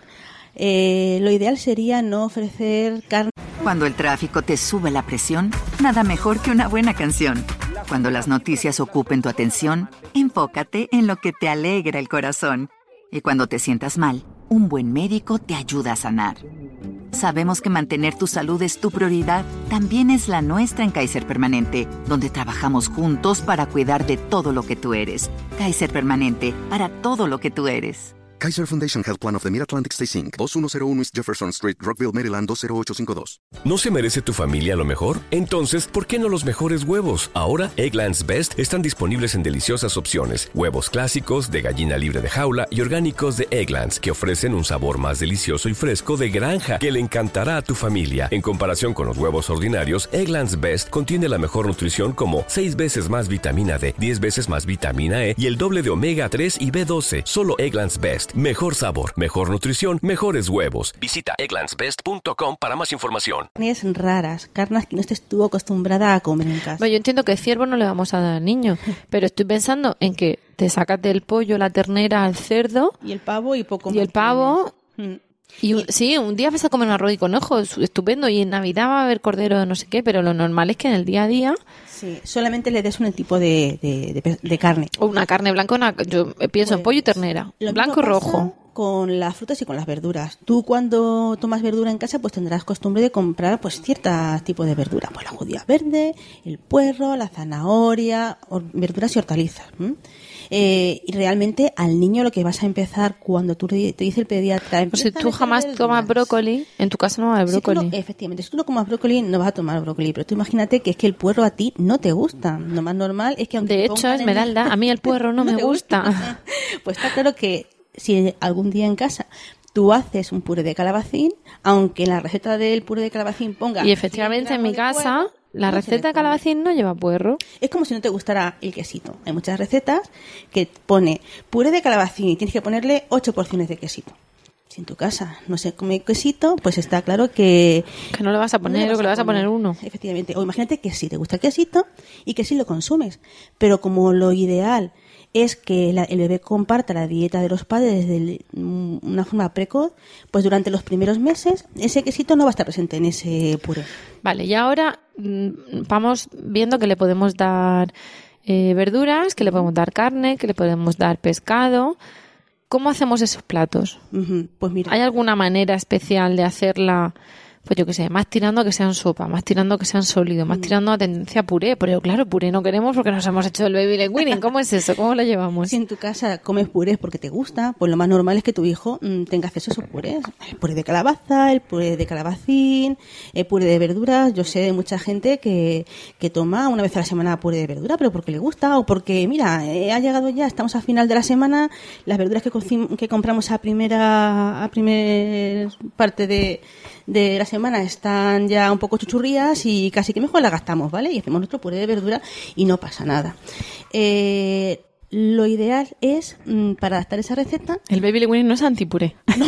Eh, lo ideal sería no ofrecer carne. Cuando el tráfico te sube la presión, nada mejor que una buena canción. Cuando las noticias ocupen tu atención, enfócate en lo que te alegra el corazón. Y cuando te sientas mal, un buen médico te ayuda a sanar. Sabemos que mantener tu salud es tu prioridad, también es la nuestra en Kaiser Permanente, donde trabajamos juntos para cuidar de todo lo que tú eres. Kaiser Permanente, para todo lo que tú eres. Kaiser Foundation Health Plan of the Mid-Atlantic Stay Incorporated. dos uno cero uno East Jefferson Street, Rockville, Maryland dos cero ocho cinco dos. ¿No se merece tu familia lo mejor? Entonces, ¿por qué no los mejores huevos? Ahora, Eggland's Best están disponibles en deliciosas opciones. Huevos clásicos, de gallina libre de jaula y orgánicos de Eggland's, que ofrecen un sabor más delicioso y fresco de granja que le encantará a tu familia. En comparación con los huevos ordinarios, Eggland's Best contiene la mejor nutrición como seis veces más vitamina D, diez veces más vitamina E y el doble de omega tres y B doce. Solo Eggland's Best. Mejor sabor, mejor nutrición, mejores huevos. Visita egglands best punto com para más información. Carnes raras, carnes que no estés tú acostumbrada a comer en casa. Bueno, yo entiendo que ciervo no le vamos a dar al niño, pero estoy pensando en que te sacas del pollo, la ternera, el cerdo Y el pavo y poco y más el pavo. tienes. Mm. Y un- sí, un día vas a comer un arroz y conejo, es estupendo, y en Navidad va a haber cordero, no sé qué, pero lo normal es que en el día a día, Sí, solamente le des un tipo de, de, de pe- de carne. o una carne blanca, una, yo pienso en Pues, pollo y ternera, Lo blanco y mismo pasa rojo. con las frutas y con las verduras. Tú cuando tomas verdura en casa, pues tendrás costumbre de comprar pues ciertos tipos de verdura, pues la judía verde, el puerro, la zanahoria, or- verduras y hortalizas. ¿m? Eh, y realmente al niño lo que vas a empezar cuando tú te te dice el pediatra, Pues si empieza a tú meter jamás verduras. tomas brócoli, en tu casa no va a haber Si tú no- brócoli. efectivamente, si tú no comas brócoli, no vas a tomar brócoli. Pero tú imagínate que es que el puerro a ti no te gusta. Lo más normal es que aunque De te hecho, pongan en- Esmeralda, a mí el puerro no me te gusta. Pues está claro que si algún día en casa tú haces un puré de calabacín, aunque en la receta del puré de calabacín ponga... Y efectivamente en mi cien gramos de casa, puerro, la no se receta le de pone. calabacín no lleva puerro. Es como si no te gustara el quesito. Hay muchas recetas que pone puré de calabacín y tienes que ponerle ocho porciones de quesito. Si en tu casa no se come quesito, pues está claro que... Que no le vas a poner, no o que le vas a poner uno. Efectivamente. O imagínate que sí te gusta el quesito y que sí lo consumes. Pero como lo ideal es que la- el bebé comparta la dieta de los padres de una forma precoz, pues durante los primeros meses ese quesito no va a estar presente en ese puré. Vale, y ahora mm, vamos viendo que le podemos dar eh, verduras, que le podemos dar carne, que le podemos dar pescado. ¿Cómo hacemos esos platos? Uh-huh. Pues mira. ¿Hay alguna manera especial de hacerla? Pues yo qué sé, más tirando a que sean sopa, más tirando a que sean sólidos, más tirando a tendencia a puré. Pero claro, puré no queremos porque nos hemos hecho el baby leg weaning. ¿Cómo es eso? ¿Cómo lo llevamos? Si en tu casa comes purés porque te gusta, pues lo más normal es que tu hijo mmm, tenga acceso a esos purés. El puré de calabaza, el puré de calabacín, el puré de verduras. Yo sé de mucha gente que, que toma una vez a la semana puré de verdura, pero porque le gusta o porque, mira, eh, ha llegado ya, estamos al final de la semana, las verduras que, co- que compramos a primera, a primer parte de... de la semana están ya un poco chuchurrías y casi que mejor la gastamos, ¿vale? Y hacemos nuestro puré de verdura y no pasa nada. Eh, lo ideal es, mmm, para adaptar esa receta... El baby leg weaning no es anti-puré. No.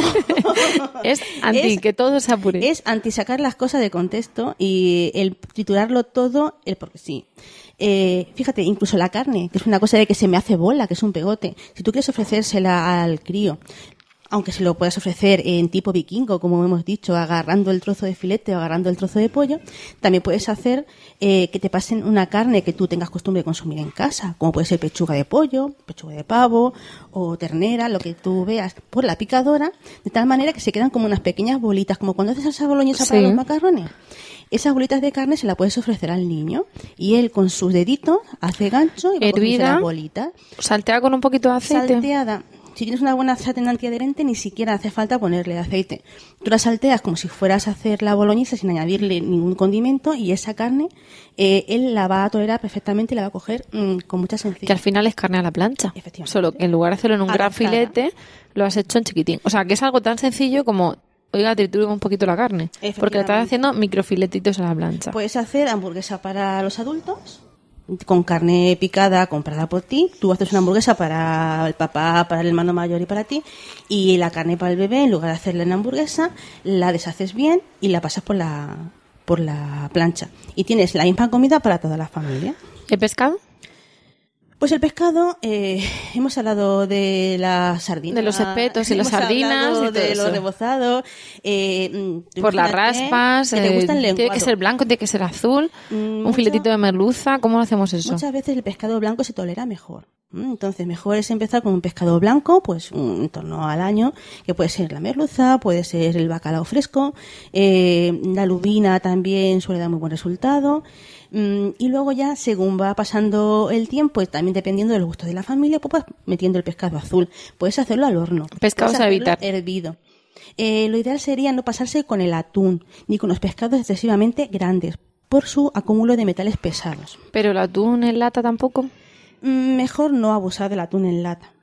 Es anti, es, que todo sea puré. Es anti sacar las cosas de contexto y el triturarlo todo, el porque sí. Eh, fíjate, incluso la carne, que es una cosa de que se me hace bola, que es un pegote. Si tú quieres ofrecérsela al crío, aunque se lo puedas ofrecer en tipo vikingo, como hemos dicho, agarrando el trozo de filete o agarrando el trozo de pollo, también puedes hacer eh, que te pasen una carne que tú tengas costumbre de consumir en casa, como puede ser pechuga de pollo, pechuga de pavo o ternera, lo que tú veas, por la picadora, de tal manera que se quedan como unas pequeñas bolitas, como cuando haces salsa boloñesa, sí, para los macarrones. Esas bolitas de carne se las puedes ofrecer al niño y él con sus deditos hace gancho y va cogiendo las bolitas. Saltea con un poquito de aceite. Salteada. Si tienes una buena sartén antiadherente, ni siquiera hace falta ponerle aceite. Tú la salteas como si fueras a hacer la boloñesa sin añadirle ningún condimento y esa carne eh, él la va a tolerar perfectamente y la va a coger mmm, con mucha sencillez. Que al final es carne a la plancha. Efectivamente. Solo que en lugar de hacerlo en un gran filete, lo has hecho en chiquitín. O sea, que es algo tan sencillo como... Oiga, tritura un poquito la carne. Porque la estás haciendo microfiletitos a la plancha. Puedes hacer hamburguesa para los adultos, con carne picada comprada por ti. Tú haces una hamburguesa para el papá, para el hermano mayor y para ti. Y la carne para el bebé, en lugar de hacerla en hamburguesa, la deshaces bien y la pasas por la, por la plancha. Y tienes la misma comida para toda la familia. ¿El pescado? Pues el pescado, eh, hemos hablado de las sardinas. De los espetos y las sardinas. Y de todo los eso. rebozados. Eh, Por las raspas. Que te gusta el lenguado. Tiene que ser blanco, tiene que ser azul. Mm, un mucho, filetito de merluza. ¿Cómo hacemos eso? Muchas veces el pescado blanco se tolera mejor. Entonces, mejor es empezar con un pescado blanco, pues en torno al año, que puede ser la merluza, puede ser el bacalao fresco. Eh, la lubina también suele dar muy buen resultado. Y luego ya, según va pasando el tiempo, y también dependiendo del gusto de la familia, pues vas metiendo el pescado azul. Puedes hacerlo al horno. Pescados a evitar. Hervido. Eh, lo ideal sería no pasarse con el atún, ni con los pescados excesivamente grandes, por su acúmulo de metales pesados. ¿Pero el atún en lata tampoco? Mejor no abusar del atún en lata.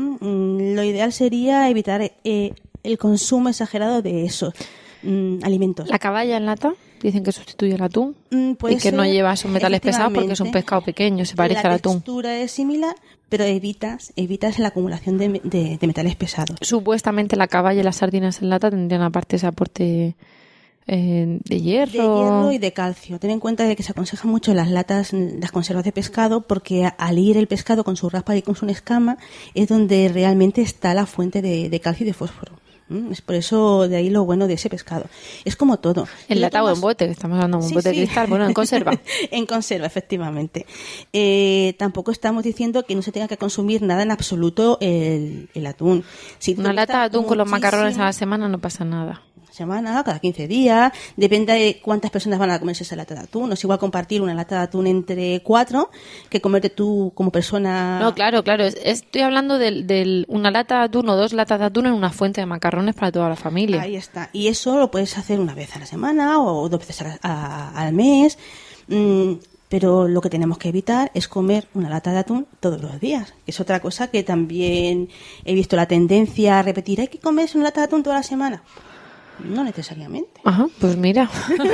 Lo ideal sería evitar eh, el consumo exagerado de esos mm, alimentos. ¿La caballa en lata? Dicen que sustituye el atún mm, y que ser, no lleva esos metales pesados porque es un pescado pequeño, se parece al atún. La textura es similar, pero evitas evitas la acumulación de, de, de metales pesados. Supuestamente la caballa y las sardinas en lata tendrían aparte ese aporte eh, de hierro. De hierro y de calcio. Ten en cuenta de que se aconseja mucho las latas, las conservas de pescado, porque al ir el pescado con su raspa y con su escama es donde realmente está la fuente de, de calcio y de fósforo. Es por eso de ahí lo bueno de ese pescado. Es como todo. En lata o en bote, que estamos hablando de un sí, bote sí. de cristal, bueno, en conserva. En conserva, efectivamente. Eh, tampoco estamos diciendo que no se tenga que consumir nada en absoluto el, el atún. Si Una lata de atún con los macarrones a la semana no pasa nada. Semana, cada quince días, depende de cuántas personas van a comerse esa lata de atún. No es igual compartir una lata de atún entre cuatro que comerte tú como persona. No, claro, claro. Es, estoy hablando de del, una lata de atún o dos latas de atún en una fuente de macarrones para toda la familia. Ahí está. Y eso lo puedes hacer una vez a la semana o dos veces a, a, al mes. Mm, pero lo que tenemos que evitar es comer una lata de atún todos los días. Que es otra cosa que también he visto la tendencia a repetir. ¿Hay que comerse una lata de atún toda la semana? No necesariamente. Ajá, pues mira.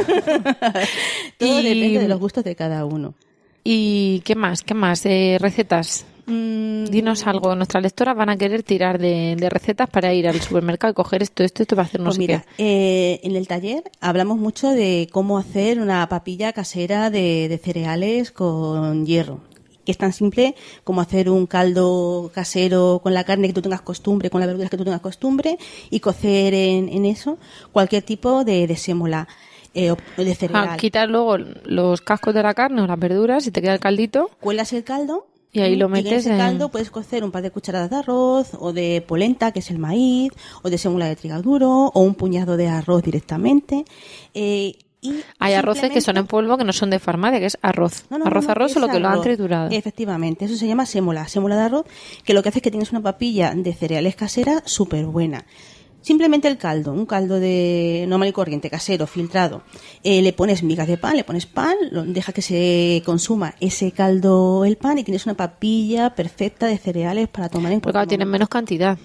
Todo y... depende de los gustos de cada uno. ¿Y qué más? ¿Qué más? Eh, ¿Recetas? Mm, Dinos algo. Nuestras lectoras van a querer tirar de, de recetas para ir al supermercado y coger esto, esto, esto para hacer no pues sé mira, qué. Eh, en el taller hablamos mucho de cómo hacer una papilla casera de, de cereales con hierro. Que es tan simple como hacer un caldo casero con la carne que tú tengas costumbre, con las verduras que tú tengas costumbre y cocer en, en eso cualquier tipo de, de sémola. eh, de cereal. Ah, quitar luego los cascos de la carne o las verduras y te queda el caldito. Cuelas el caldo. Y ahí lo metes y en ese en... caldo puedes cocer un par de cucharadas de arroz, o de polenta, que es el maíz, o de sémola de trigo duro, o un puñado de arroz directamente. Eh, y Hay arroces simplemente... que son en polvo, que no son de farmacia, que es arroz. No, no, arroz, no, no, arroz, es o lo que lo han arroz. triturado. Efectivamente, eso se llama sémola, sémola de arroz, que lo que hace es que tienes una papilla de cereales casera súper buena. Simplemente el caldo, un caldo de normal y corriente, casero, filtrado. Eh, le pones migas de pan, le pones pan, lo, deja que se consuma ese caldo, el pan, y tienes una papilla perfecta de cereales para tomar en Porque cualquier claro, tienen momento. menos cantidad.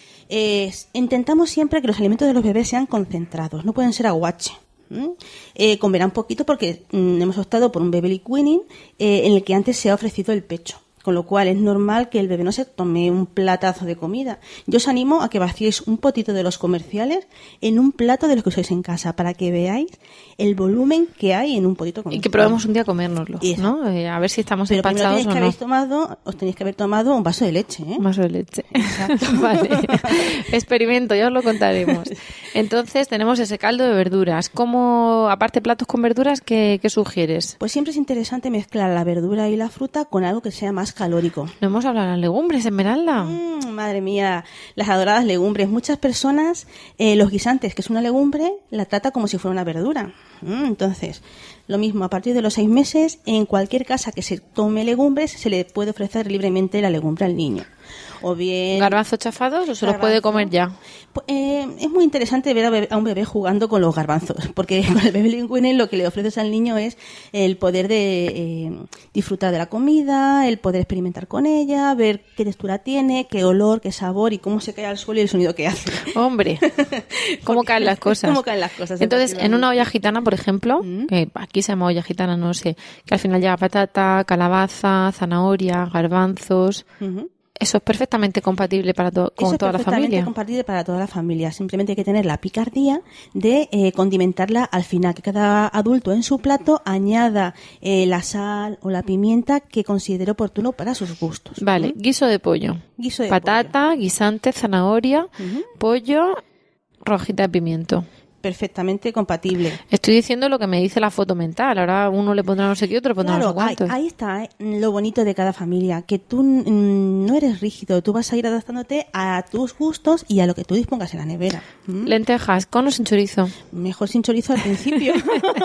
Eh, intentamos siempre que los alimentos de los bebés sean concentrados, no pueden ser aguache. ¿Mm? Eh, comerán poquito porque mm, hemos optado por un baby lip weaning eh, en el que antes se ha ofrecido el pecho. Con lo cual es normal que el bebé no se tome un platazo de comida. Yo os animo a que vaciéis un potito de los comerciales en un plato de los que usáis en casa para que veáis el volumen que hay en un potito comercial. Y que probemos un día comérnoslo, Eso. ¿no? Eh, a ver si estamos Pero primero empachados tenéis o que no. habéis tomado, os tenéis que haber tomado un vaso de leche, ¿eh? Un vaso de leche. Vale. Experimento, ya os lo contaremos. Entonces tenemos ese caldo de verduras. ¿Cómo, aparte platos con verduras, qué, qué sugieres? Pues siempre es interesante mezclar la verdura y la fruta con algo que sea más calórico. No hemos hablado de las legumbres, Esmeralda. Mm, madre mía, las adoradas legumbres. Muchas personas, eh, los guisantes, que es una legumbre, la trata como si fuera una verdura. Mm, entonces, lo mismo, a partir de los seis meses, en cualquier casa que se tome legumbres, se le puede ofrecer libremente la legumbre al niño. O bien... ¿Garbanzos chafados o se los puede Garbanzo. comer ya? Pues, eh, es muy interesante ver a, bebé- a un bebé jugando con los garbanzos, porque con el bebé lip weaning lo que le ofreces al niño es el poder de eh, disfrutar de la comida, el poder experimentar con ella, ver qué textura tiene, qué olor, qué sabor y cómo se cae al suelo y el sonido que hace. Hombre, ¿cómo Porque- caen las cosas? ¿Cómo caen las cosas? Entonces, en una olla gitana, por ejemplo, Mm. que aquí se llama olla gitana, no sé, que al final lleva patata, calabaza, zanahoria, garbanzos... Ujú. Eso es perfectamente compatible para to- con Eso es toda la perfectamente familia. compatible para toda la familia. Simplemente hay que tener la picardía de eh, condimentarla al final. Que cada adulto en su plato añada eh, la sal o la pimienta que considere oportuno para sus gustos. Vale, ¿Mm? guiso de pollo. Guiso de Patata, guisante, zanahoria, Ujú. pollo, rojita de pimiento. Perfectamente compatible. Estoy diciendo lo que me dice la foto mental. Ahora uno le pondrá no sé qué, otro le pondrá no sé Claro, ahí, cuánto. ahí está eh, lo bonito de cada familia, que tú mm, no eres rígido, tú vas a ir adaptándote a tus gustos y a lo que tú dispongas en la nevera. ¿Mm? Lentejas, con o sin chorizo. Mejor sin chorizo al principio.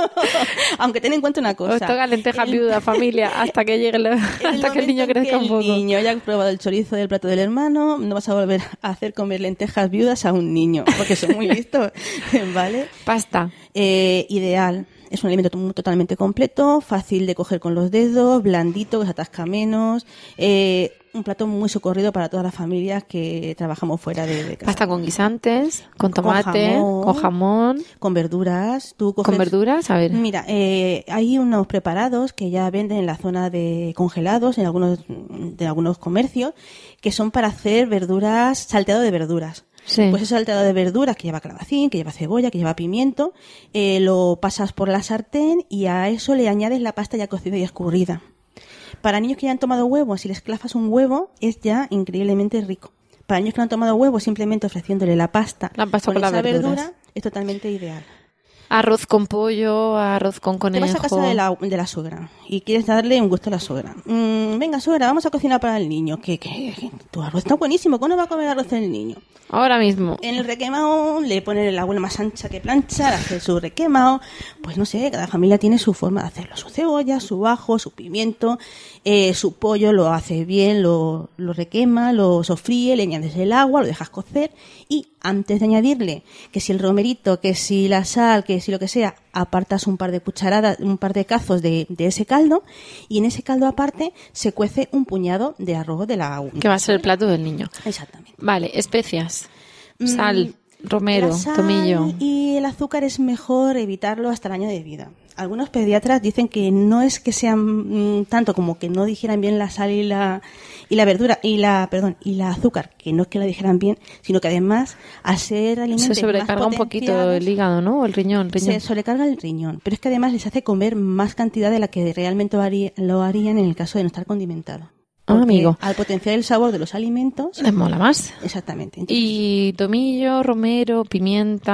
Aunque ten en cuenta una cosa. Os toca lentejas El- viuda, familia, hasta que llegue la- en hasta que el niño momento en crezca un que poco. el niño haya probado el chorizo del plato del hermano, no vas a volver a hacer comer lentejas viudas a un niño, porque son muy listos, ¿vale? Pasta. Eh, ideal. Es un alimento to- totalmente completo, fácil de coger con los dedos, blandito, que se atasca menos. Eh, un plato muy socorrido para todas las familias que trabajamos fuera de, de casa. Pasta con guisantes, con tomate, jamón. con jamón, Con verduras. Tú coges... con verduras. A ver, Mira, eh, hay unos preparados que ya venden en la zona de congelados, en algunos de algunos comercios, que son para hacer verduras, salteado de verduras. sí. Pues ese salteado de verduras que lleva calabacín, que lleva cebolla, que lleva pimiento, eh, lo pasas por la sartén y a eso le añades la pasta ya cocida y escurrida. Para niños que ya han tomado huevo, si les clavas un huevo, es ya increíblemente rico. Para niños que no han tomado huevo, simplemente ofreciéndole la pasta, La pasta con con las esa verduras. verdura, es totalmente ideal. Arroz con pollo, arroz con Te conejo. vas a casa de la, de la suegra y quieres darle un gusto a la suegra. Mm, venga, suegra, vamos a cocinar para el niño. Que, que, que tu arroz está buenísimo. ¿Cómo va a comer arroz el niño? Ahora mismo. En el requemado le pone la abuela más ancha que plancha, le hace su requemado. Pues no sé, cada familia tiene su forma de hacerlo. Su cebolla, su ajo, su pimiento, eh, su pollo lo hace bien, lo, lo requema, lo sofríe, le añades el agua, lo dejas cocer y antes de añadirle que si el romerito, que si la sal, que si lo que sea, apartas un par de cucharadas, un par de cazos de, de ese caldo y en ese caldo aparte se cuece un puñado de arroz de la agua. Que va a ser el plato del niño. Exactamente. Vale, especias. Mm, Sal, romero, La sal tomillo. y el azúcar es mejor evitarlo hasta el año de vida. Algunos pediatras dicen que no es que sean mm, tanto como que no digieran bien la sal y la y la verdura y la perdón y la azúcar, que no es que la dijeran bien, sino que además al ser alimentos Se sobrecarga un poquito el hígado, ¿no? O el riñón, el riñón. se sobrecarga el riñón, pero es que además les hace comer más cantidad de la que realmente lo haría- lo harían en el caso de no estar condimentado. Ah, Porque amigo. al potenciar el sabor de los alimentos, Les mola más. exactamente. Entonces, Y tomillo, romero, pimienta.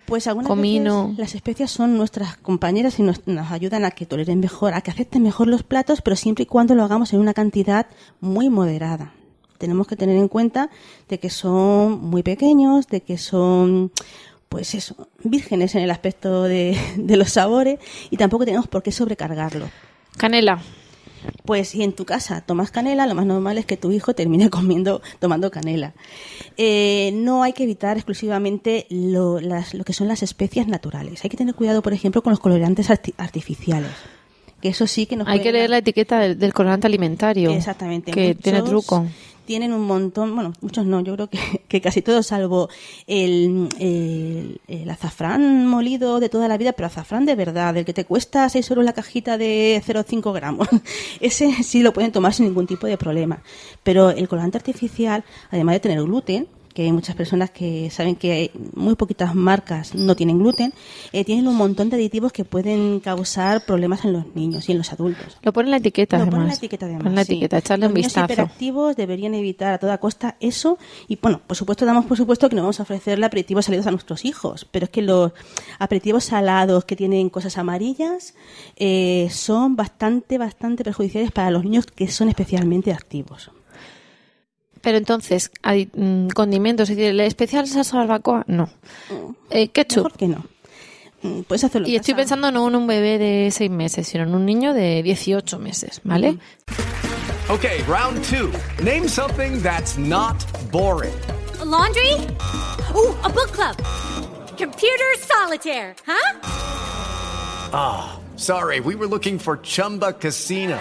Pues algunas comino. veces las especias son nuestras compañeras y nos, nos ayudan a que toleren mejor, a que acepten mejor los platos, pero siempre y cuando lo hagamos en una cantidad muy moderada. Tenemos que tener en cuenta de que son muy pequeños, de que son, pues eso, vírgenes en el aspecto de, de los sabores, y tampoco tenemos por qué sobrecargarlo. Canela. Pues si en tu casa tomas canela, lo más normal es que tu hijo termine comiendo, tomando canela. Eh, no hay que evitar exclusivamente lo, las, lo que son las especias naturales. Hay que tener cuidado, por ejemplo, con los colorantes arti- artificiales. Que eso sí que nos Hay que leer la etiqueta del, del colorante alimentario. Exactamente. Que Muchos tiene truco. Tienen un montón, bueno, muchos no, yo creo que, que casi todos, salvo el, el, el azafrán molido de toda la vida, pero azafrán de verdad, el que te cuesta seis euros la cajita de cero coma cinco gramos. Ese sí lo pueden tomar sin ningún tipo de problema. Pero el colorante artificial, además de tener gluten, que hay muchas personas que saben que hay muy poquitas marcas no tienen gluten, eh, tienen un montón de aditivos que pueden causar problemas en los niños y en los adultos. Lo pone en la etiqueta, Lo además. pone en la etiqueta, además. Pon la sí. etiqueta, echarle los un niños vistazo. hiperactivos deberían evitar a toda costa eso. Y bueno, por supuesto, damos por supuesto que no vamos a ofrecerle aperitivos salados a nuestros hijos, pero es que los aperitivos salados que tienen cosas amarillas eh, son bastante, bastante perjudiciales para los niños que son especialmente activos. Pero entonces, adi- mm, condimentos, es decir, ¿el especial salsa barbacoa? No. Eh, ketchup. Mejor que no. Mm, Puedes hacerlo en Y estoy casa. pensando no en un bebé de seis meses, sino en un niño de dieciocho meses, ¿vale? Mm. Okay, round two. Name something that's not boring. A laundry? Ooh, a book club. Computer solitaire, huh? Ah, oh, sorry, we were looking for Chumba Casino.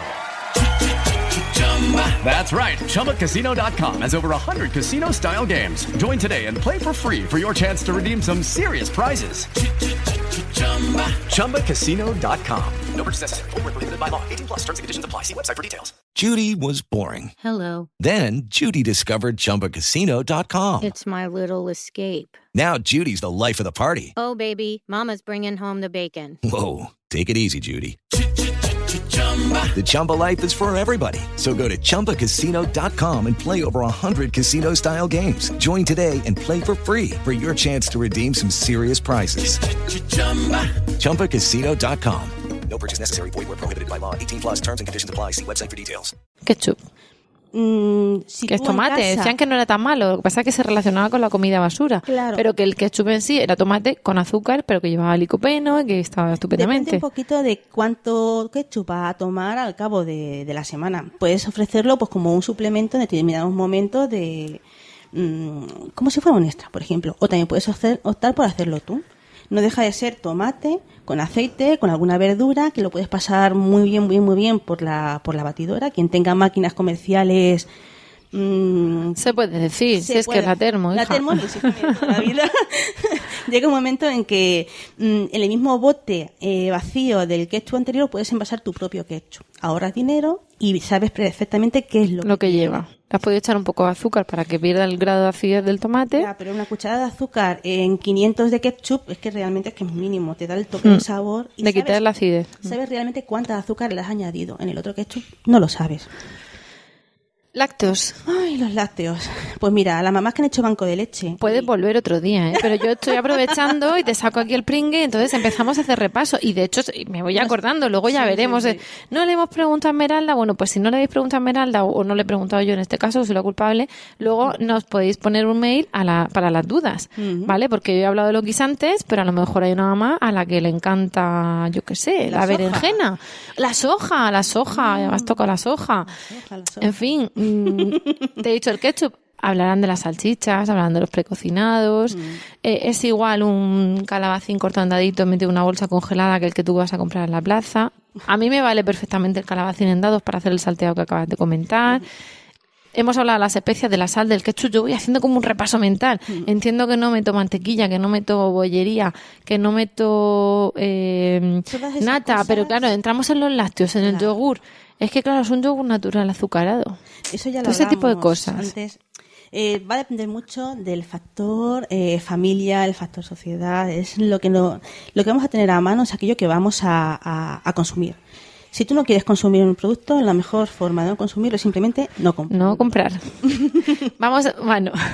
That's right. Chumba Casino dot com has over one hundred casino-style games. Join today and play for free for your chance to redeem some serious prizes. Chumba Casino dot com. No purchase necessary. Void where prohibited by law. eighteen plus terms and conditions apply. See website for details. Judy was boring. Hello. Then Judy discovered Chumba Casino dot com. It's my little escape. Now Judy's the life of the party. Oh, baby, mama's bringing home the bacon. Whoa, take it easy, Judy. The Chumba life is for everybody. So go to Chumba Casino dot com and play over one hundred casino-style games. Join today and play for free for your chance to redeem some serious prizes. Chumba Casino dot com. No purchase necessary. Void where prohibited by law. eighteen plus terms and conditions apply. See website for details. Ketchup. Mm, si Que es tú en tomate. casa- Decían que no era tan malo. Lo que pasa es que se relacionaba con la comida basura. Claro. Pero que el ketchup en sí era tomate con azúcar, pero que llevaba licopeno y que estaba Depende estupendamente. un poquito de cuánto ketchup vas a tomar al cabo de, de la semana. Puedes ofrecerlo pues como un suplemento en determinados momentos de mmm, como si fuera un extra, por ejemplo. O también puedes hacer, optar por hacerlo tú. No deja de ser tomate con aceite, con alguna verdura, que lo puedes pasar muy bien, muy, muy bien por la, por la batidora. Quien tenga máquinas comerciales... mmm, Se puede decir, se si es puede. que es la termo, La hija. termo, mis hijas, de toda la vida. Llega un momento en que mm, en el mismo bote eh, vacío del ketchup anterior puedes envasar tu propio ketchup. Ahorras dinero y sabes perfectamente qué es lo, Lo que lleva. Le has podido echar un poco de azúcar para que pierda el grado de acidez del tomate. Ya, pero una cucharada de azúcar en quinientos de ketchup es que realmente es que es mínimo, te da el toque Mm. de sabor y De quitar sabes, la acidez. sabes realmente cuánta azúcar le has añadido. En el otro ketchup no lo sabes. Lácteos. Ay, los lácteos. Pues mira, a las mamás que han hecho banco de leche. Puedes y- volver otro día, ¿eh? Pero yo estoy aprovechando y te saco aquí el pringue, entonces empezamos a hacer repaso. Y de hecho, me voy acordando, luego ya Sí, veremos. sí, eh, ¿No le hemos preguntado a Esmeralda? Bueno, pues si no le habéis preguntado a Esmeralda, o no le he preguntado yo en este caso, soy la culpable, luego nos podéis poner un mail a la, para las dudas, Ujú. ¿vale? Porque yo he hablado de los guisantes, pero a lo mejor hay una mamá a la que le encanta, yo qué sé, la, La soja. berenjena. La soja, la soja, ya me has tocado la soja. Ojalá, ojalá. En fin, mm, te he dicho el ketchup. Hablarán de las salchichas, hablarán de los precocinados. Eh, es igual un calabacín cortado en daditos metido en una bolsa congelada que el que tú vas a comprar en la plaza. A mí me vale perfectamente el calabacín en dados para hacer el salteado que acabas de comentar. Hemos hablado de las especias, de la sal, del ketchup. Yo voy haciendo como un repaso mental. Entiendo que no meto mantequilla, que no meto bollería, que no meto eh, Todas esas nata. cosas. Pero claro, entramos en los lácteos, en el Claro. yogur. Es que claro, es un yogur natural azucarado. Eso ya lo Todo ese tipo de hablamos cosas. Antes. Eh, va a depender mucho del factor eh, familia, el factor sociedad. Es lo que no, lo que vamos a tener a mano es aquello que vamos a, a, a consumir. Si tú no quieres consumir un producto, la mejor forma de no consumirlo es simplemente no comprarlo. No comprar. Vamos, bueno,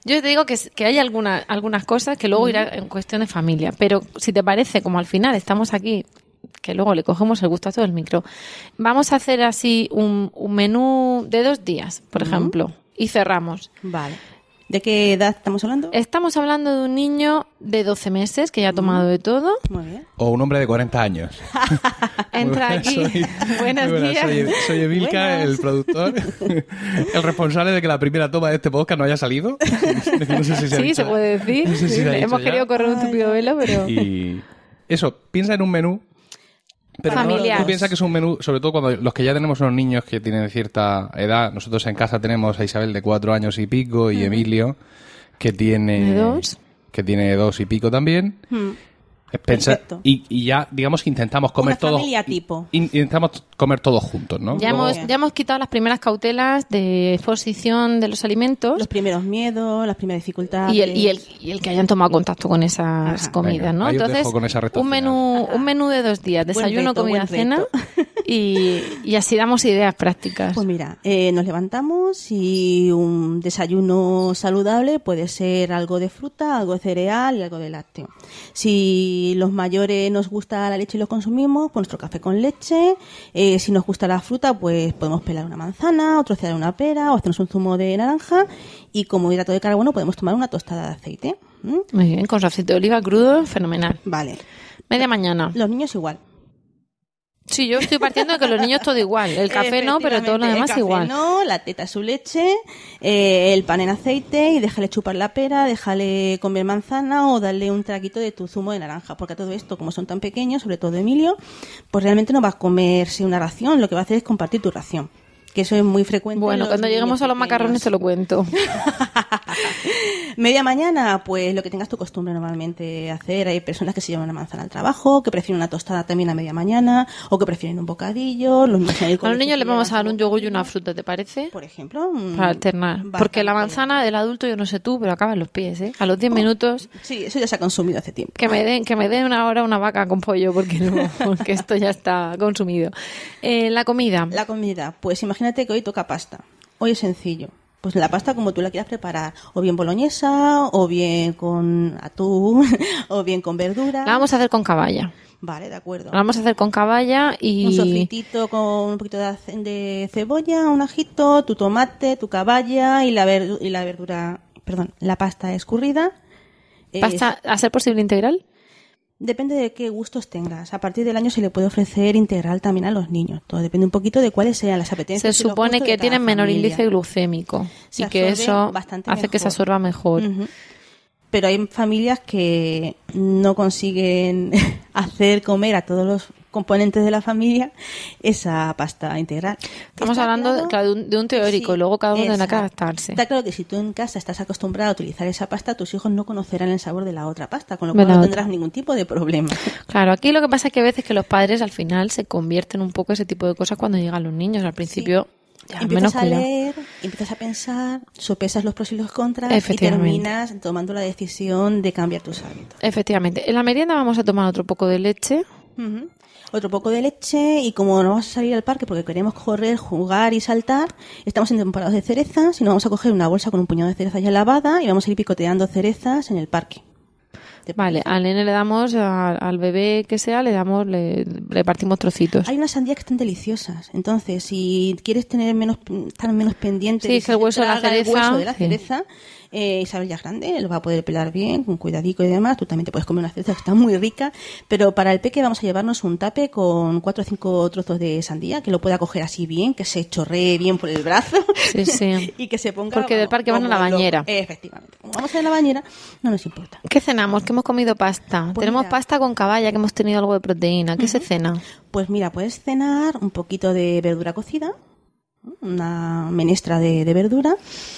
Yo te digo que, que hay alguna, algunas cosas que luego irá en cuestión de familia, pero si te parece, como al final estamos aquí, que luego le cogemos el gusto a todo el micro, vamos a hacer así un, un menú de dos días, por uh-huh. ejemplo, y cerramos. Vale. ¿De qué edad estamos hablando? Estamos hablando de un niño de doce meses que ya ha tomado de todo. Muy bien. O un hombre de cuarenta años. Entra buenas, aquí. Soy, Buenos buenas, días. Soy, soy Emilka, Buenas. el productor, el responsable de que la primera toma de este podcast no haya salido. No sé si se ha Sí, dicho. se puede decir. No sé si Sí, se ha dicho hemos ya. querido correr un tupido velo, pero... Y eso, piensa en un menú. Pero no, Familiar. tú piensas que es un menú, sobre todo cuando los que ya tenemos unos niños que tienen cierta edad. Nosotros en casa tenemos a Isabel de cuatro años y pico y Emilio que tiene ¿De dos? que tiene dos y pico también. Hmm. Pensa- Perfecto. y, y ya digamos que intentamos comer Una todos familia tipo. in- intentamos comer todos juntos, ¿no? Ya Luego- hemos, ya hemos quitado las primeras cautelas de exposición de los alimentos Los primeros miedos, las primeras dificultades. y el, y, el, y el que hayan tomado contacto con esas Ajá. comidas, Venga, ¿no? ahí os Entonces, dejo con esa recta un menú, un menú de dos días, Buen desayuno, reto, comida, buen cena, reto. y, y así damos ideas prácticas. Pues mira, eh, nos levantamos y un desayuno saludable puede ser algo de fruta, algo de cereal y algo de lácteo. Si los mayores nos gusta la leche y lo consumimos, pues nuestro café con leche. Eh, si nos gusta la fruta, pues podemos pelar una manzana, o trocear una pera, o hacernos un zumo de naranja. Y como hidrato de carbono podemos tomar una tostada de aceite. ¿Mm? Muy bien, con su aceite de oliva crudo, fenomenal. Vale. Media mañana. Los niños igual. Sí, yo estoy partiendo de que los niños todo igual. El café no, pero todo lo Efectivamente, demás el café igual. no, la teta su leche, eh, el pan en aceite y déjale chupar la pera, déjale comer manzana o darle un traguito de tu zumo de naranja. Porque a todo esto, como son tan pequeños, sobre todo Emilio, pues realmente no va a comerse una ración, lo que va a hacer es compartir tu ración. Que eso es muy frecuente. en Bueno, los cuando lleguemos niños a los pequeños. macarrones te lo cuento. Media mañana, pues lo que tengas tu costumbre normalmente hacer. Hay personas que se llevan una manzana al trabajo, que prefieren una tostada también a media mañana, o que prefieren un bocadillo. Los niños en el A los colegio niños se les vamos a llevan dar su un yogur y bocadillo, una fruta, ¿te parece? por ejemplo. mm, Para alternar. bastante Porque la bien. manzana del adulto, yo no sé tú, pero acaba en los pies, ¿eh? A los diez minutos, Sí, eso ya se ha consumido hace tiempo. que me den que me den una hora una vaca con pollo, porque no, porque esto ya está consumido. Eh, la comida. La comida, pues imagínate que hoy toca pasta. Hoy es sencillo. Pues la pasta como tú la quieras preparar, o bien boloñesa, o bien con atún, o bien con verdura. La vamos a hacer con caballa. Vale, de acuerdo. La vamos a hacer con caballa y... Un sofritito con un poquito de, ace- de cebolla, un ajito, tu tomate, tu caballa y la, verdu- y la verdura, perdón, la pasta escurrida. Es- ¿Pasta a ser posible integral? Depende de qué gustos tengas. A partir del año se le puede ofrecer integral también a los niños. Todo depende un poquito de cuáles sean las Se apetencias. y los supone gustos que de cada tienen menor familia. índice glucémico Se y que absorbe eso bastante hace que se mejor. absorba mejor. Ujú. Pero hay familias que no consiguen hacer comer a todos los componentes de la familia esa pasta integral. Estamos Está hablando de- claro, de un- de un teórico, luego cada uno tendrá que exacto. adaptarse. Está claro que si tú en casa estás acostumbrado a utilizar esa pasta, tus hijos no conocerán el sabor de la otra pasta, con lo De cual la no otra. tendrás ningún tipo de problema. Claro, aquí lo que pasa es que a veces que los padres al final se convierten un poco ese tipo de cosas cuando llegan los niños. Al principio, ya, menos Empiezas a cuidado. leer, empiezas a pensar, sopesas los pros y los contras y Efectivamente. terminas tomando la decisión de cambiar tus hábitos. Efectivamente. En la merienda vamos a tomar otro poco de leche. Ujú. Otro poco de leche y como no vamos a salir al parque porque queremos correr, jugar y saltar, estamos en temporadas de cerezas y nos vamos a coger una bolsa con un puñado de cerezas ya lavada y vamos a ir picoteando cerezas en el parque. ¿Te Vale, parece? al nene le damos, a- al bebé que sea, le damos, le, le partimos trocitos. Hay unas sandías que están deliciosas. Entonces, si quieres tener menos, estar menos pendiente Sí, de que si el se hueso de la traga el cereza, hueso de la sí. cereza, eh, Isabel ya es grande, lo va a poder pelar bien, con cuidadico y demás. Tú también te puedes comer una cereza que está muy rica. Pero para el peque vamos a llevarnos un tape con cuatro o cinco trozos de sandía, que lo pueda coger así bien, que se chorree bien por el brazo. Sí, sí. y que se ponga... Porque del parque van a la como loco. bañera. Efectivamente. Como vamos a ir a la bañera, no nos importa. ¿Qué cenamos? ¿Qué hemos comido pasta? Pues Tenemos mira. pasta con caballa, que hemos tenido algo de proteína. ¿Qué se cena? Pues mira, puedes cenar un poquito de verdura cocida, una menestra de, de verdura,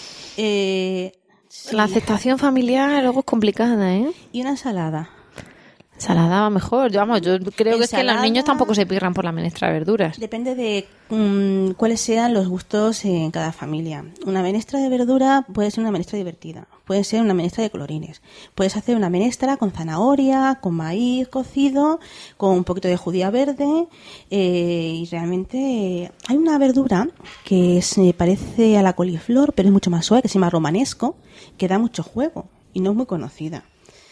eh, sí, La aceptación familiar luego es complicada, ¿eh? y una ensalada. Ensalada va mejor. Yo, vamos, yo creo que es que los Ensalada. niños tampoco se pirran por la menestra de verduras. Depende de mm, cuáles sean los gustos en cada familia. Una menestra de verdura puede ser una menestra divertida. puede ser una menestra de colorines. Puedes hacer una menestra con zanahoria, con maíz cocido, con un poquito de judía verde, eh, y realmente hay una verdura que se parece a la coliflor, pero es mucho más suave, que se llama romanesco, que da mucho juego y no es muy conocida.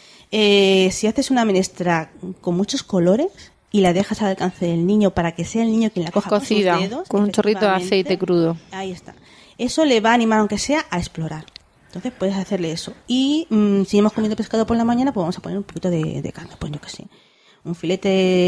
Eh, si haces una menestra con muchos colores y la dejas al alcance del niño para que sea el niño quien la coja cocida, con sus dedos, con un chorrito de aceite crudo. Ahí está. Eso le va a animar, aunque sea, a explorar. Entonces puedes hacerle eso. Y mmm, si hemos comido pescado por la mañana, pues vamos a poner un poquito de, de carne. Pues yo qué sé. Un filete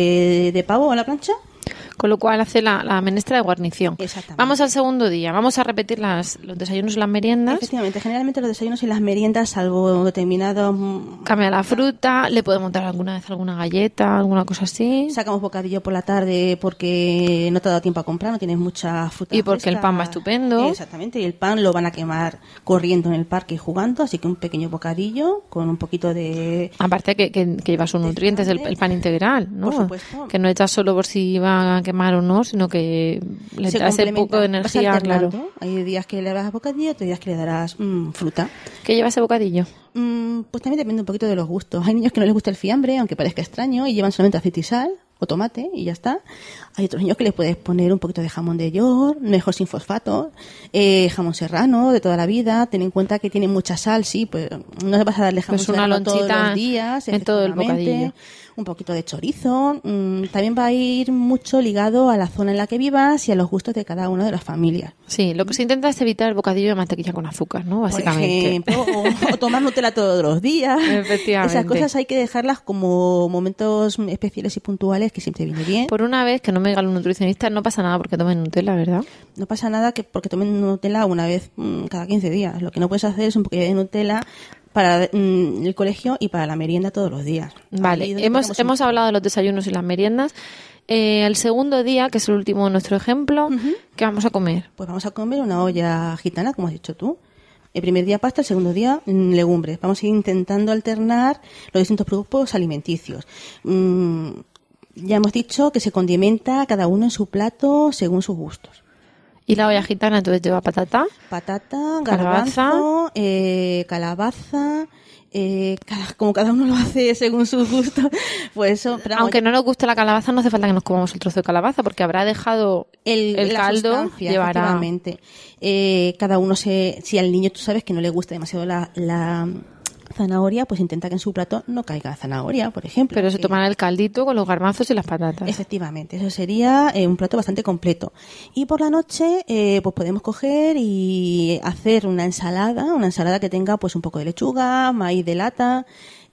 de pavo a la plancha. Con lo cual hace la, la menestra de guarnición. Exactamente. Vamos al segundo día. Vamos a repetir las, los desayunos y las meriendas. Efectivamente, generalmente los desayunos y las meriendas, salvo determinados... Cambia la fruta, le podemos dar alguna vez alguna galleta, alguna cosa así. Sacamos bocadillo por la tarde porque no te ha dado tiempo a comprar, no tienes mucha fruta y porque fresca. El pan va estupendo. Exactamente, y el pan lo van a quemar corriendo en el parque y jugando, así que un pequeño bocadillo con un poquito de... Aparte que, que, que lleva sus nutrientes, el, el pan integral, ¿no? Por supuesto. Que no echas solo por si va a quemar o no, sino que le Se das un poco de energía, claro. Hay días que le darás bocadillo, otros días que le darás mmm, fruta. ¿Qué lleva ese bocadillo? Mm, pues también depende un poquito de los gustos. Hay niños que no les gusta el fiambre, aunque parezca extraño, y llevan solamente aceite y sal o tomate y ya está. Hay otros niños que les puedes poner un poquito de jamón de york, mejor sin fosfato, eh, jamón serrano de toda la vida. Ten en cuenta que tiene mucha sal, sí, pues no vas a darle jamón pues serrano una todos los días. En todo el bocadillo. Un poquito de chorizo. Mmm, también va a ir mucho ligado a la zona en la que vivas y a los gustos de cada una de las familias. Sí, lo que se intenta es evitar el bocadillo de mantequilla con azúcar, ¿no? Básicamente. Por ejemplo, o, o tomar Nutella todos los días. Efectivamente. Esas cosas hay que dejarlas como momentos especiales y puntuales, que siempre viene bien. Por una vez, que no me digan los nutricionistas, no pasa nada porque tomen Nutella, ¿verdad? No pasa nada que porque tomen Nutella una vez mmm, cada quince días. Lo que no puedes hacer es un poquito de Nutella para mmm, el colegio y para la merienda todos los días. Vale, hemos, hemos hablado de los desayunos y las meriendas. Eh, el segundo día, que es el último de nuestro ejemplo, uh-huh. ¿qué vamos a comer? Pues vamos a comer una olla gitana, como has dicho tú. El primer día pasta, el segundo día legumbres. Vamos a ir intentando alternar los distintos productos alimenticios. Mm, ya hemos dicho que se condimenta cada uno en su plato según sus gustos. ¿Y la olla gitana entonces lleva patata? Patata, garbanzo, eh, calabaza... Eh, cada, como cada uno lo hace según sus gustos, pues eso. Pero aunque no nos guste la calabaza, no hace falta que nos comamos el trozo de calabaza, porque habrá dejado el, el caldo, llevará. Efectivamente. Eh, cada uno se, si al niño tú sabes que no le gusta demasiado la, la zanahoria, pues intenta que en su plato no caiga zanahoria, por ejemplo. Pero se que... tomará el caldito con los garbanzos y las patatas. Efectivamente, eso sería eh, un plato bastante completo. Y por la noche, eh, pues podemos coger y hacer una ensalada, una ensalada que tenga pues un poco de lechuga, maíz de lata,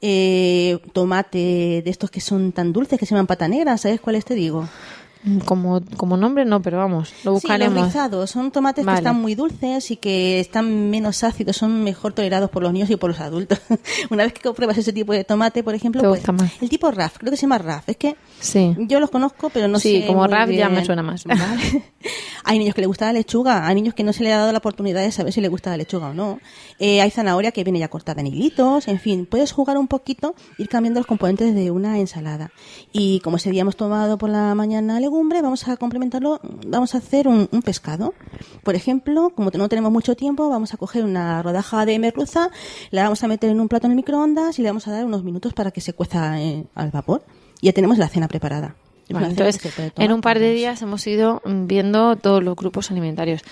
eh, tomate de estos que son tan dulces que se llaman pata negra, ¿sabes cuáles te digo? Como, como nombre no, pero vamos, lo buscaremos. Sí, los rizados son tomates vale. que están muy dulces y que están menos ácidos, son mejor tolerados por los niños y por los adultos. Una vez que pruebas ese tipo de tomate, por ejemplo, pues el tipo R A F, creo que se llama R A F, es que sí. yo los conozco, pero no sí, sé. Sí, como R A F bien. Ya me suena más. ¿Vale? Hay niños que les gusta la lechuga, hay niños que no se le ha dado la oportunidad de saber si les gusta la lechuga o no. Eh, hay zanahoria que viene ya cortada en hilitos, en fin, puedes jugar un poquito, ir cambiando los componentes de una ensalada. Y como ese día hemos tomado por la mañana legumbre, vamos a complementarlo, vamos a hacer un, un pescado. Por ejemplo, como no tenemos mucho tiempo, vamos a coger una rodaja de merluza, la vamos a meter en un plato en el microondas y le vamos a dar unos minutos para que se cueza eh, al vapor. Y ya tenemos la cena preparada. Bueno, entonces, en un par de días hemos ido viendo todos los grupos alimentarios.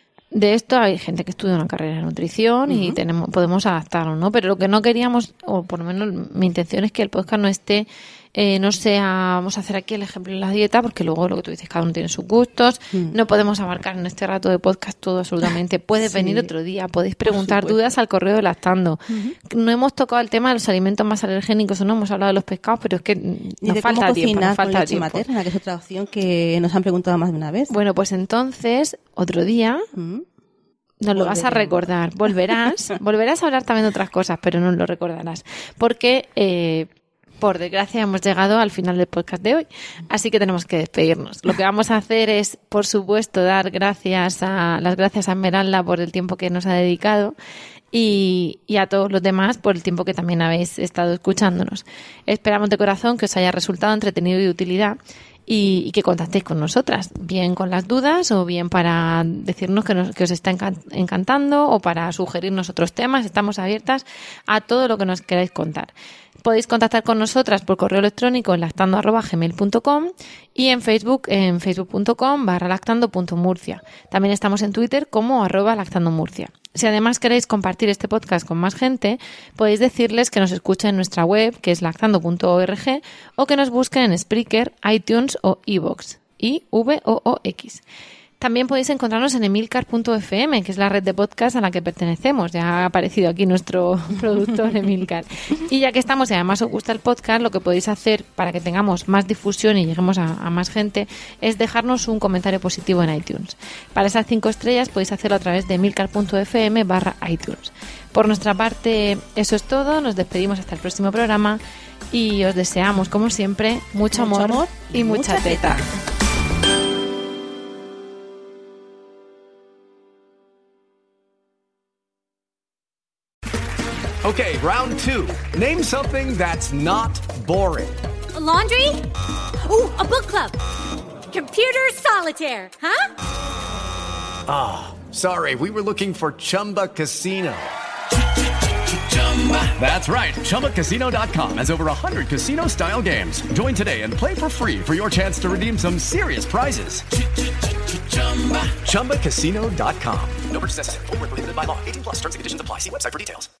De esto hay gente que estudia una carrera de nutrición uh-huh. y tenemos podemos adaptarlo, ¿no? Pero lo que no queríamos, o por lo menos mi intención es que el podcast no esté, eh, no sea, vamos a hacer aquí el ejemplo en la dieta, porque luego lo que tú dices, cada uno tiene sus gustos, uh-huh. no podemos abarcar en este rato de podcast todo absolutamente. Puedes sí. venir otro día, podéis preguntar dudas al correo de Lactando. Uh-huh. No hemos tocado el tema de los alimentos más alergénicos o no, hemos hablado de los pescados, pero es que nos falta tiempo, nos falta con tiempo. Leche materna, que es otra opción que nos han preguntado más de una vez. Bueno, pues entonces, otro día... Uh-huh. Nos lo vas a recordar, volverás, volverás a hablar también de otras cosas, pero no lo recordarás, porque eh, por desgracia hemos llegado al final del podcast de hoy, así que tenemos que despedirnos. Lo que vamos a hacer es, por supuesto, dar gracias a las gracias a Esmeralda por el tiempo que nos ha dedicado y, y a todos los demás por el tiempo que también habéis estado escuchándonos. Esperamos de corazón que os haya resultado entretenido y de utilidad y, y que contactéis con nosotras, bien con las dudas o bien para decirnos que, nos, que os está encantando o para sugerirnos otros temas. Estamos abiertas a todo lo que nos queráis contar. Podéis contactar con nosotras por correo electrónico en lactando arroba gmail punto com y en Facebook en facebook punto com barra lactando punto murcia. También estamos en Twitter como arroba lactandomurcia. Si además queréis compartir este podcast con más gente, podéis decirles que nos escuchen en nuestra web, que es lactando punto org, o que nos busquen en Spreaker, iTunes o iVoox. I V O O X. También podéis encontrarnos en emilcar punto efe eme, que es la red de podcast a la que pertenecemos. Ya ha aparecido aquí nuestro productor Emilcar. Y ya que estamos y además os gusta el podcast, lo que podéis hacer para que tengamos más difusión y lleguemos a, a más gente es dejarnos un comentario positivo en iTunes. Para esas cinco estrellas podéis hacerlo a través de emilcar punto efe eme barra iTunes. Por nuestra parte, eso es todo. Nos despedimos hasta el próximo programa y os deseamos, como siempre, mucho, mucho amor, amor y mucha, mucha teta. teta. Okay, round two. Name something that's not boring. A laundry? Ooh, a book club. Computer solitaire, huh? Ah, oh, sorry, we were looking for Chumba Casino. That's right, Chumba Casino dot com has over one hundred casino-style games. Join today and play for free for your chance to redeem some serious prizes. Chumba Casino dot com. No purchase necessary. Void where prohibited by law. eighteen plus terms and conditions apply. See website for details.